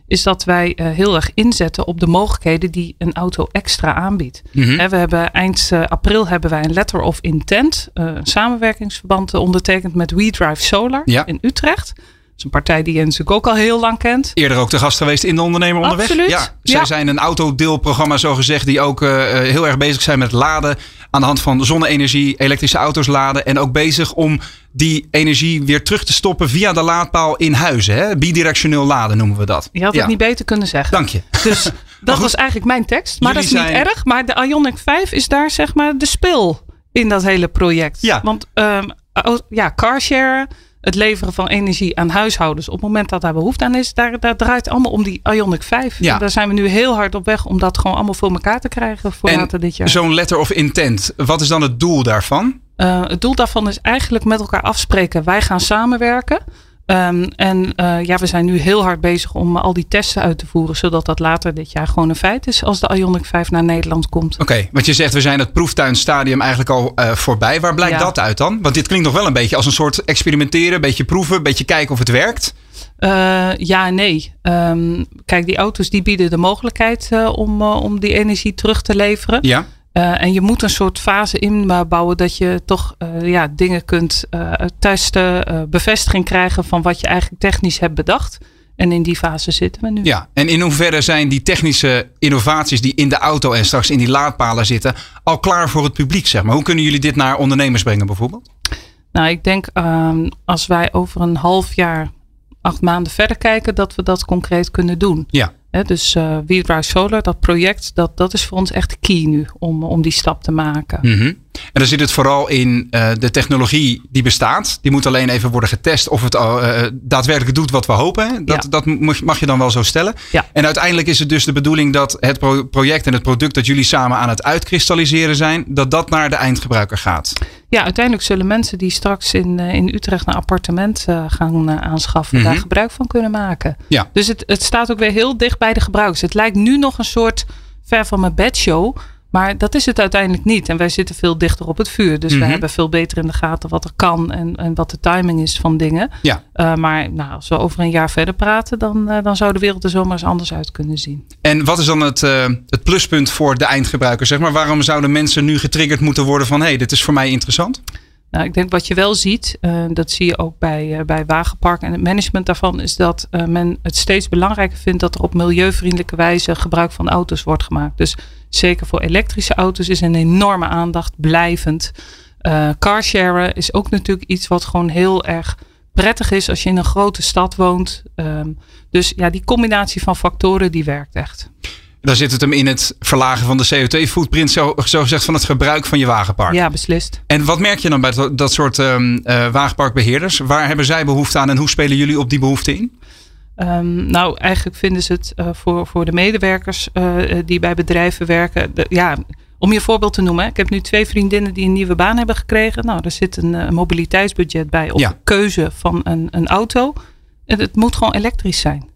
C: is dat wij uh, heel erg inzetten op de mogelijkheden die een auto extra aanbiedt. Mm-hmm. He, we hebben eind uh, april hebben wij een letter of intent, uh, een samenwerkingsverband ondertekend met WeDrive Solar ja. in Utrecht. Dat is een partij die je natuurlijk ook al heel lang kent.
B: Eerder ook te gast geweest in de Ondernemer Onderweg.
C: Absoluut.
B: Ja, zij ja. zijn een autodeelprogramma zogezegd die ook uh, heel erg bezig zijn met laden aan de hand van zonne-energie, elektrische auto's laden en ook bezig om die energie weer terug te stoppen via de laadpaal in huizen. Hè? Bidirectioneel laden noemen we dat.
C: Je had het ja. niet beter kunnen zeggen.
B: Dank je.
C: Dus dat was eigenlijk mijn tekst. Maar Jullie dat is niet zijn... erg. Maar de Ioniq vijf is daar zeg maar de spil in dat hele project. Ja. Want um, ja, carshare, het leveren van energie aan huishoudens op het moment dat daar behoefte aan is, daar, daar draait allemaal om die Ioniq vijf. Ja. En daar zijn we nu heel hard op weg om dat gewoon allemaal voor elkaar te krijgen voor en later dit jaar.
B: Zo'n letter of intent, wat is dan het doel daarvan?
C: Uh, het doel daarvan is eigenlijk met elkaar afspreken. Wij gaan samenwerken. Um, en uh, ja, we zijn nu heel hard bezig om al die testen uit te voeren, zodat dat later dit jaar gewoon een feit is als de Ioniq vijf naar Nederland komt.
B: Oké, okay, want je zegt we zijn het proeftuinstadium eigenlijk al uh, voorbij. Waar blijkt ja. dat uit dan? Want dit klinkt nog wel een beetje als een soort experimenteren, een beetje proeven, een beetje kijken of het werkt.
C: Uh, ja en nee. Um, kijk, die auto's die bieden de mogelijkheid uh, om, uh, om die energie terug te leveren. Ja. Uh, en je moet een soort fase inbouwen dat je toch uh, ja, dingen kunt uh, testen, uh, bevestiging krijgen van wat je eigenlijk technisch hebt bedacht. En in die fase zitten we nu.
B: Ja, en in hoeverre zijn die technische innovaties die in de auto en straks in die laadpalen zitten al klaar voor het publiek, zeg maar? Hoe kunnen jullie dit naar ondernemers brengen bijvoorbeeld?
C: Nou, ik denk um, als wij over een half jaar, acht maanden verder kijken, dat we dat concreet kunnen doen. Ja. He, dus uh, WeDrive Solar, dat project, dat, dat is voor ons echt key nu om, om die stap te maken.
B: Mm-hmm. En dan zit het vooral in uh, de technologie die bestaat. Die moet alleen even worden getest of het uh, daadwerkelijk doet wat we hopen. Dat, ja. dat mag je dan wel zo stellen. Ja. En uiteindelijk is het dus de bedoeling dat het pro- project en het product dat jullie samen aan het uitkristalliseren zijn, dat dat naar de eindgebruiker gaat.
C: Ja, uiteindelijk zullen mensen die straks in, uh, in Utrecht een appartement uh, gaan uh, aanschaffen, mm-hmm. daar gebruik van kunnen maken. Ja. Dus het, het staat ook weer heel dicht bij de gebruikers. Het lijkt nu nog een soort ver van mijn bedshow. Maar dat is het uiteindelijk niet. En wij zitten veel dichter op het vuur. Dus mm-hmm. we hebben veel beter in de gaten wat er kan. En, en wat de timing is van dingen. Ja. Uh, maar nou, als we over een jaar verder praten. Dan, uh, dan zou de wereld er zomaar eens anders uit kunnen zien.
B: En wat is dan het, uh, het pluspunt voor de eindgebruiker? Zeg maar, waarom zouden mensen nu getriggerd moeten worden van hé, hey, dit is voor mij interessant?
C: Nou, ik denk wat je wel ziet, uh, dat zie je ook bij, uh, bij Wagenpark en het management daarvan, is dat uh, men het steeds belangrijker vindt dat er op milieuvriendelijke wijze gebruik van auto's wordt gemaakt. Dus zeker voor elektrische auto's is een enorme aandacht blijvend. Uh, carsharen is ook natuurlijk iets wat gewoon heel erg prettig is als je in een grote stad woont. Um, dus ja, die combinatie van factoren die werkt echt.
B: Daar zit het hem in het verlagen van de C O twee footprint, zo, zo gezegd, van het gebruik van je wagenpark.
C: Ja, beslist.
B: En wat merk je dan bij dat, dat soort um, uh, wagenparkbeheerders? Waar hebben zij behoefte aan en hoe spelen jullie op die behoefte in?
C: Um, nou, eigenlijk vinden ze het uh, voor, voor de medewerkers uh, die bij bedrijven werken. De, ja, om je een voorbeeld te noemen. Ik heb nu twee vriendinnen die een nieuwe baan hebben gekregen. Nou, er zit een, een mobiliteitsbudget bij op ja. de keuze van een, een auto. En het moet gewoon elektrisch zijn.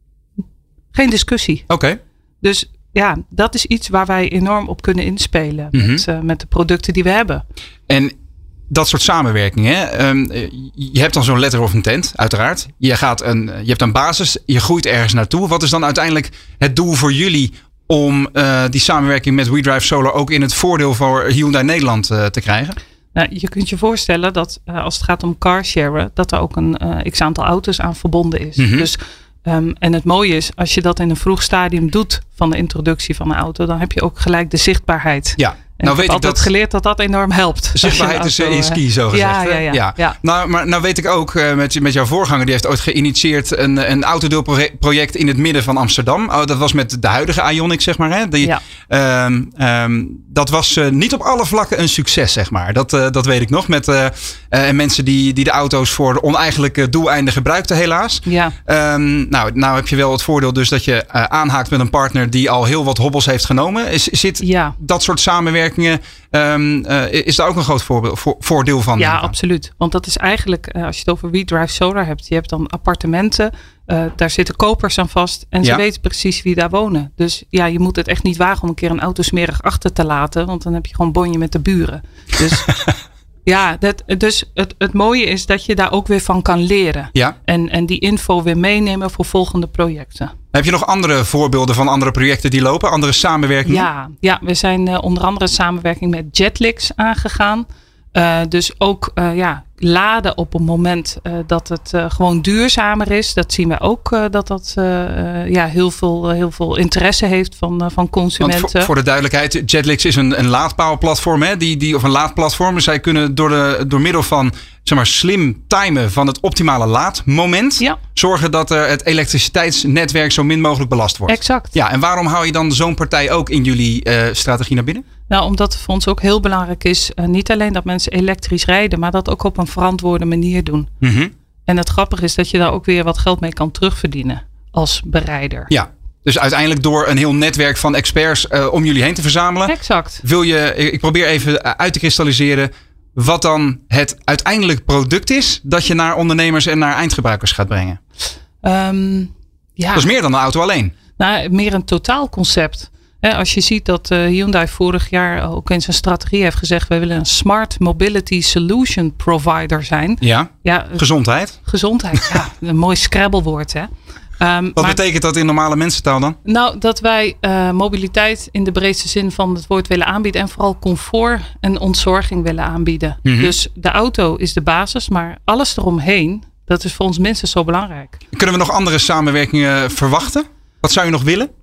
C: Geen discussie.
B: Oké. Okay.
C: Dus ja, dat is iets waar wij enorm op kunnen inspelen. Mm-hmm. Met, uh, met de producten die we hebben.
B: En dat soort samenwerkingen. Um, je hebt dan zo'n letter of intent, uiteraard. Je, gaat een, je hebt een basis, je groeit ergens naartoe. Wat is dan uiteindelijk het doel voor jullie om uh, die samenwerking met WeDrive Solar ook in het voordeel voor Hyundai Nederland uh, te krijgen?
C: Nou, je kunt je voorstellen dat uh, als het gaat om carsharen, dat er ook een uh, x-aantal auto's aan verbonden is. Mm-hmm. Dus Um, en het mooie is, als je dat in een vroeg stadium doet van de introductie van een auto, dan heb je ook gelijk de zichtbaarheid. Ja. En nou, ik heb altijd dat geleerd dat dat enorm helpt.
B: Zichtbaarheid is in ski, zo gezegd.
C: Ja, ja, ja, ja. ja.
B: Nou, maar nou weet ik ook, uh, met, met jouw voorganger, die heeft ooit geïnitieerd een, een autodeelproject in het midden van Amsterdam. Oh, dat was met de huidige Ioniq, zeg maar. Hè? Die, ja. um, um, dat was uh, niet op alle vlakken een succes, zeg maar. Dat, uh, dat weet ik nog. Met uh, uh, mensen die, die de auto's voor oneigenlijke doeleinden gebruikten, helaas. Ja. Um, nou, nou heb je wel het voordeel dus dat je uh, aanhaakt met een partner die al heel wat hobbels heeft genomen. Is, zit ja. dat soort samenwerking Um, uh, is daar ook een groot voorbeeld, voor, voordeel van?
C: Ja, absoluut. Want dat is eigenlijk, uh, als je het over WeDrive Solar hebt, je hebt dan appartementen, uh, daar zitten kopers aan vast en ja. ze weten precies wie daar wonen. Dus ja, je moet het echt niet wagen om een keer een auto smerig achter te laten, want dan heb je gewoon bonje met de buren. Dus Ja, dat, dus het, het mooie is dat je daar ook weer van kan leren.
B: Ja.
C: En, en die info weer meenemen voor volgende projecten.
B: Heb je nog andere voorbeelden van andere projecten die lopen? Andere samenwerkingen?
C: Ja, ja we zijn uh, onder andere samenwerking met Jetlix aangegaan. Uh, dus ook uh, ja, laden op een moment uh, dat het uh, gewoon duurzamer is. Dat zien we ook uh, dat dat uh, uh, ja, heel, veel, uh, heel veel interesse heeft van, uh, van consumenten.
B: Want voor, voor de duidelijkheid, Jetlix is een, een laadpaalplatform. Hè? Die, die, of een laadplatform. Zij kunnen door, de, door middel van zeg maar, slim timen van het optimale laadmoment. Ja. Zorgen dat er het elektriciteitsnetwerk zo min mogelijk belast wordt.
C: Exact.
B: Ja, en waarom hou je dan zo'n partij ook in jullie uh, strategie naar binnen?
C: Nou, omdat het voor ons ook heel belangrijk is. Uh, niet alleen dat mensen elektrisch rijden. Maar dat ook op een verantwoorde manier doen.
B: Mm-hmm.
C: En het grappige is dat je daar ook weer wat geld mee kan terugverdienen. Als bereider.
B: Ja. Dus uiteindelijk door een heel netwerk van experts uh, om jullie heen te verzamelen.
C: Exact.
B: Wil je, ik probeer even uit te kristalliseren. Wat dan het uiteindelijk product is. Dat je naar ondernemers en naar eindgebruikers gaat brengen.
C: Um, ja.
B: Dat is meer dan een auto alleen.
C: Nou, meer een totaalconcept. He, als je ziet dat uh, Hyundai vorig jaar ook in zijn strategie heeft gezegd. Wij willen een smart mobility solution provider zijn.
B: Ja,
C: ja
B: gezondheid.
C: Gezondheid, ja. Een mooi Scrabble-woord, hè. Um,
B: Wat
C: maar,
B: betekent dat in normale mensentaal dan?
C: Nou, dat wij uh, mobiliteit in de breedste zin van het woord willen aanbieden. En vooral comfort en ontzorging willen aanbieden.
B: Mm-hmm.
C: Dus de auto is de basis, maar alles eromheen, dat is voor ons minstens zo belangrijk.
B: Kunnen we nog andere samenwerkingen verwachten? Wat zou je nog willen?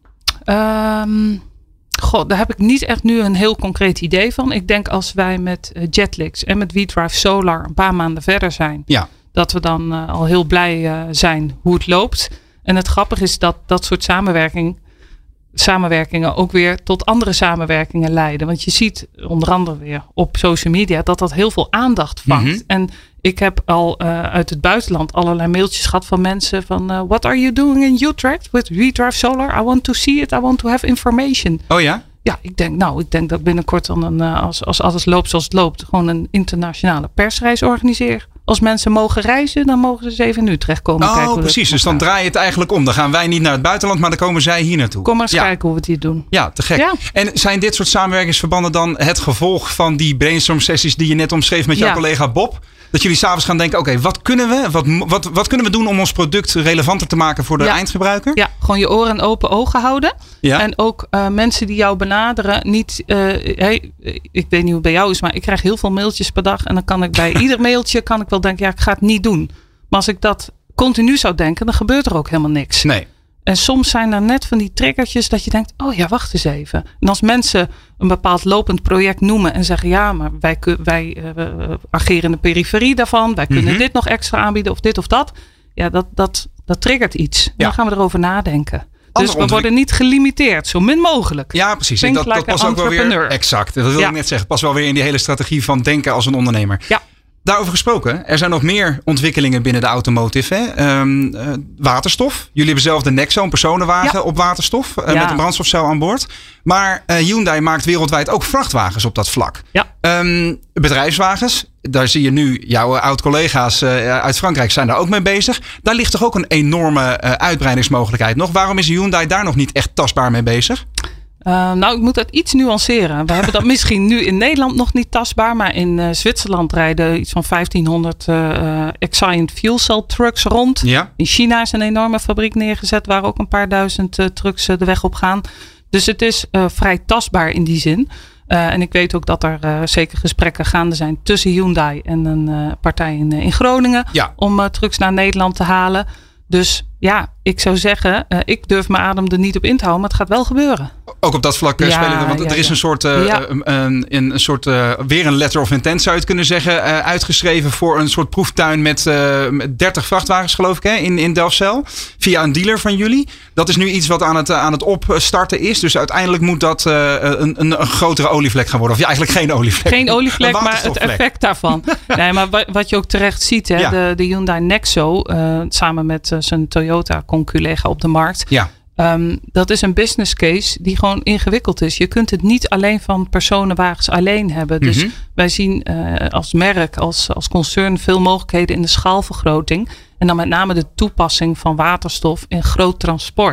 C: Um, God, daar heb ik niet echt nu een heel concreet idee van. Ik denk als wij met Jetlix en met WeDrive Solar een paar maanden verder zijn.
B: Ja.
C: Dat we dan uh, al heel blij uh, zijn hoe het loopt. En het grappige is dat dat soort samenwerking, samenwerkingen ook weer tot andere samenwerkingen leiden. Want je ziet onder andere weer op social media dat dat heel veel aandacht vangt.
B: Mm-hmm.
C: En ik heb al uh, uit het buitenland allerlei mailtjes gehad van mensen van uh, what are you doing in Utrecht with WeDrive Solar? I want to see it. I want to have information.
B: Oh ja?
C: Ja, ik denk nou, ik denk dat binnenkort dan een, uh, als, als alles loopt zoals het loopt, gewoon een internationale persreis organiseer. Als mensen mogen reizen, dan mogen ze eens even in Utrecht komen
B: oh,
C: kijken. Oh,
B: precies. Dus dan draai je het eigenlijk om. Dan gaan wij niet naar het buitenland, maar dan komen zij hier naartoe.
C: Kom maar eens
B: ja.
C: kijken hoe we het hier doen.
B: Ja, te gek. Ja. En zijn dit soort samenwerkingsverbanden dan het gevolg van die brainstorm sessies die je net omschreef met jouw ja. collega Bob? Dat jullie s'avonds gaan denken, oké, okay, wat kunnen we? Wat, wat, wat kunnen we doen om ons product relevanter te maken voor de
C: ja.
B: eindgebruiker?
C: Ja, gewoon je oren en open ogen houden.
B: Ja.
C: En ook uh, mensen die jou benaderen. Niet, uh, hey, ik weet niet hoe het bij jou is, maar ik krijg heel veel mailtjes per dag. En dan kan ik bij ieder mailtje kan ik wel denken, ja, ik ga het niet doen. Maar als ik dat continu zou denken, dan gebeurt er ook helemaal niks.
B: Nee.
C: En soms zijn er net van die triggertjes dat je denkt, oh ja, wacht eens even. En als mensen een bepaald lopend project noemen en zeggen, ja, maar wij, wij uh, ageren in de periferie daarvan. Wij kunnen mm-hmm. dit nog extra aanbieden of dit of dat. Ja, dat, dat, dat triggert iets. En ja. dan gaan we erover nadenken. Dus we worden niet gelimiteerd, zo min mogelijk.
B: Ja, precies.
C: Think
B: dat,
C: like
B: dat past ook wel weer. Exact. Dat wil ja. ik net zeggen. Past wel weer in die hele strategie van denken als een ondernemer.
C: Ja.
B: Daarover gesproken, er zijn nog meer ontwikkelingen binnen de automotive. Hè? Um, uh, waterstof. Jullie hebben zelf de Nexo, een personenwagen ja. op waterstof. Uh, ja. Met een brandstofcel aan boord. Maar uh, Hyundai maakt wereldwijd ook vrachtwagens op dat vlak.
C: Ja.
B: Um, bedrijfswagens. Daar zie je nu, jouw oud-collega's uh, uit Frankrijk zijn daar ook mee bezig. Daar ligt toch ook een enorme uh, uitbreidingsmogelijkheid nog. Waarom is Hyundai daar nog niet echt tastbaar mee bezig?
C: Uh, nou, ik moet dat iets nuanceren. We hebben dat misschien nu in Nederland nog niet tastbaar. Maar in uh, Zwitserland rijden iets van vijftienhonderd uh, Exciant fuel cell trucks rond.
B: Ja.
C: In China is een enorme fabriek neergezet waar ook een paar duizend uh, trucks uh, de weg op gaan. Dus het is uh, vrij tastbaar in die zin. Uh, en ik weet ook dat er uh, zeker gesprekken gaande zijn tussen Hyundai en een uh, partij in, uh, in Groningen.
B: Ja.
C: Om uh, trucks naar Nederland te halen. Dus ja, ik zou zeggen, uh, ik durf mijn adem er niet op in te houden, maar het gaat wel gebeuren.
B: Ook op dat vlak uh,
C: ja,
B: spelen. Want
C: ja,
B: er is
C: ja.
B: een soort, uh,
C: ja.
B: een, een, een soort uh, weer een letter of intent zou je het kunnen zeggen. Uh, uitgeschreven voor een soort proeftuin met uh, dertig vrachtwagens geloof ik hè, in, in Delfzijl. Via een dealer van jullie. Dat is nu iets wat aan het, aan het opstarten is. Dus uiteindelijk moet dat uh, een, een, een grotere olievlek gaan worden. Of ja, eigenlijk geen olievlek.
C: Geen olievlek, maar het effect daarvan. Nee, maar wat je ook terecht ziet. Hè, ja. de, de Hyundai Nexo uh, samen met uh, zijn Toyota conculega op de markt.
B: Ja.
C: Um, dat is een business case die gewoon ingewikkeld is. Je kunt het niet alleen van personenwagens alleen hebben. Dus
B: mm-hmm.
C: wij zien uh, als merk, als, als concern veel mogelijkheden in de schaalvergroting. En dan met name de toepassing van waterstof in groot transport.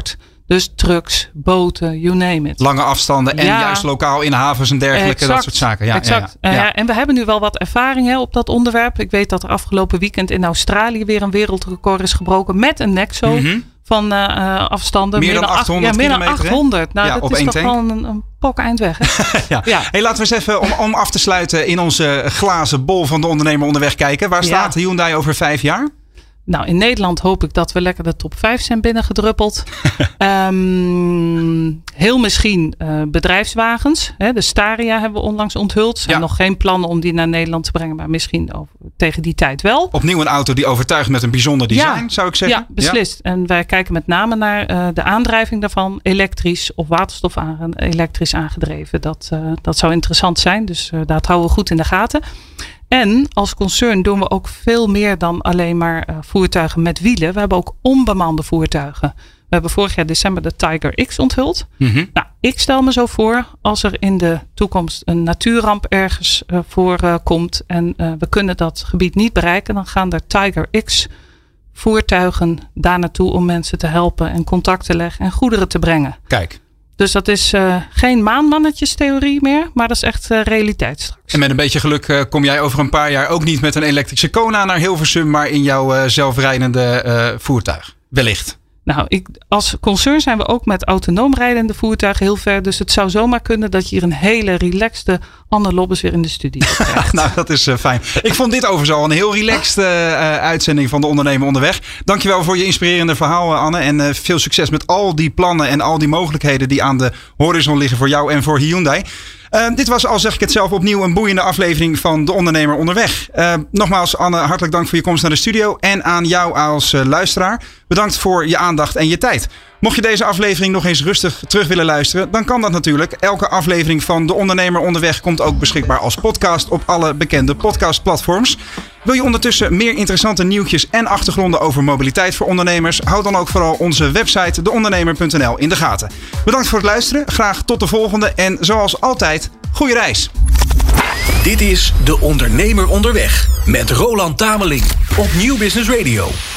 C: Dus trucks, boten, you name it.
B: Lange afstanden en
C: ja.
B: juist lokaal in havens en dergelijke,
C: Exact.
B: dat soort zaken. Ja,
C: exact.
B: Ja, ja. Ja.
C: Uh, en we hebben nu wel wat ervaring hè, op dat onderwerp. Ik weet dat er afgelopen weekend in Australië weer een wereldrecord is gebroken met een Nexo. Mm-hmm. Van uh, afstanden.
B: Meer, meer dan achthonderd
C: acht, ja, meer
B: kilometer.
C: Dan achthonderd. Nou,
B: ja,
C: dat
B: op
C: is
B: één
C: toch
B: tank.
C: gewoon een, een pok eind weg. Hè?
B: ja. Ja. Hey, laten we eens even om, om af te sluiten in onze glazen bol van de ondernemer onderweg kijken. Waar staat ja. Hyundai over vijf jaar?
C: Nou, in Nederland hoop ik dat we lekker de top vijf zijn binnengedruppeld. um, heel misschien uh, bedrijfswagens. Hè, de Staria hebben we onlangs onthuld. Er zijn ja. nog geen plannen om die naar Nederland te brengen. Maar misschien over, tegen die tijd wel.
B: Opnieuw een auto die overtuigt met een bijzonder design,
C: ja.
B: zou ik zeggen.
C: Ja, beslist. Ja. En wij kijken met name naar uh, de aandrijving daarvan. Elektrisch of waterstof aan, elektrisch aangedreven. Dat, uh, dat zou interessant zijn. Dus uh, dat houden we goed in de gaten. En als concern doen we ook veel meer dan alleen maar uh, voertuigen met wielen. We hebben ook onbemande voertuigen. We hebben vorig jaar december de Tiger X onthuld. Mm-hmm. Nou, ik stel me zo voor, als er in de toekomst een natuurramp ergens uh, voor uh, komt en uh, we kunnen dat gebied niet bereiken, dan gaan er Tiger X voertuigen daar naartoe om mensen te helpen en contact te leggen en goederen te brengen.
B: Kijk.
C: Dus dat is uh, geen maanmannetjestheorie meer, maar dat is echt uh, realiteit straks.
B: En met een beetje geluk uh, kom jij over een paar jaar ook niet met een elektrische Kona naar Hilversum, maar in jouw uh, zelfrijdende uh, voertuig. Wellicht.
C: Nou, ik, als concern zijn we ook met autonoom rijdende voertuigen heel ver. Dus het zou zomaar kunnen dat je hier een hele relaxte Anne Lobbes weer in de studio krijgt.
B: Nou, dat is uh, fijn. Ik vond dit overigens al een heel relaxed uh, uh, uitzending van de Ondernemer Onderweg. Dankjewel voor je inspirerende verhaal, Anne. En uh, veel succes met al die plannen en al die mogelijkheden die aan de horizon liggen voor jou en voor Hyundai. Uh, dit was, al zeg ik het zelf opnieuw, een boeiende aflevering van De Ondernemer Onderweg. Uh, nogmaals, Anne, hartelijk dank voor je komst naar de studio. En aan jou als uh, luisteraar, bedankt voor je aandacht en je tijd. Mocht je deze aflevering nog eens rustig terug willen luisteren, dan kan dat natuurlijk. Elke aflevering van De Ondernemer Onderweg komt ook beschikbaar als podcast op alle bekende podcastplatforms. Wil je ondertussen meer interessante nieuwtjes en achtergronden over mobiliteit voor ondernemers? Houd dan ook vooral onze website de ondernemer punt n l in de gaten. Bedankt voor het luisteren. Graag tot de volgende. En zoals altijd, goeie reis.
A: Dit is De Ondernemer Onderweg met Roland Tameling op Nieuw Business Radio.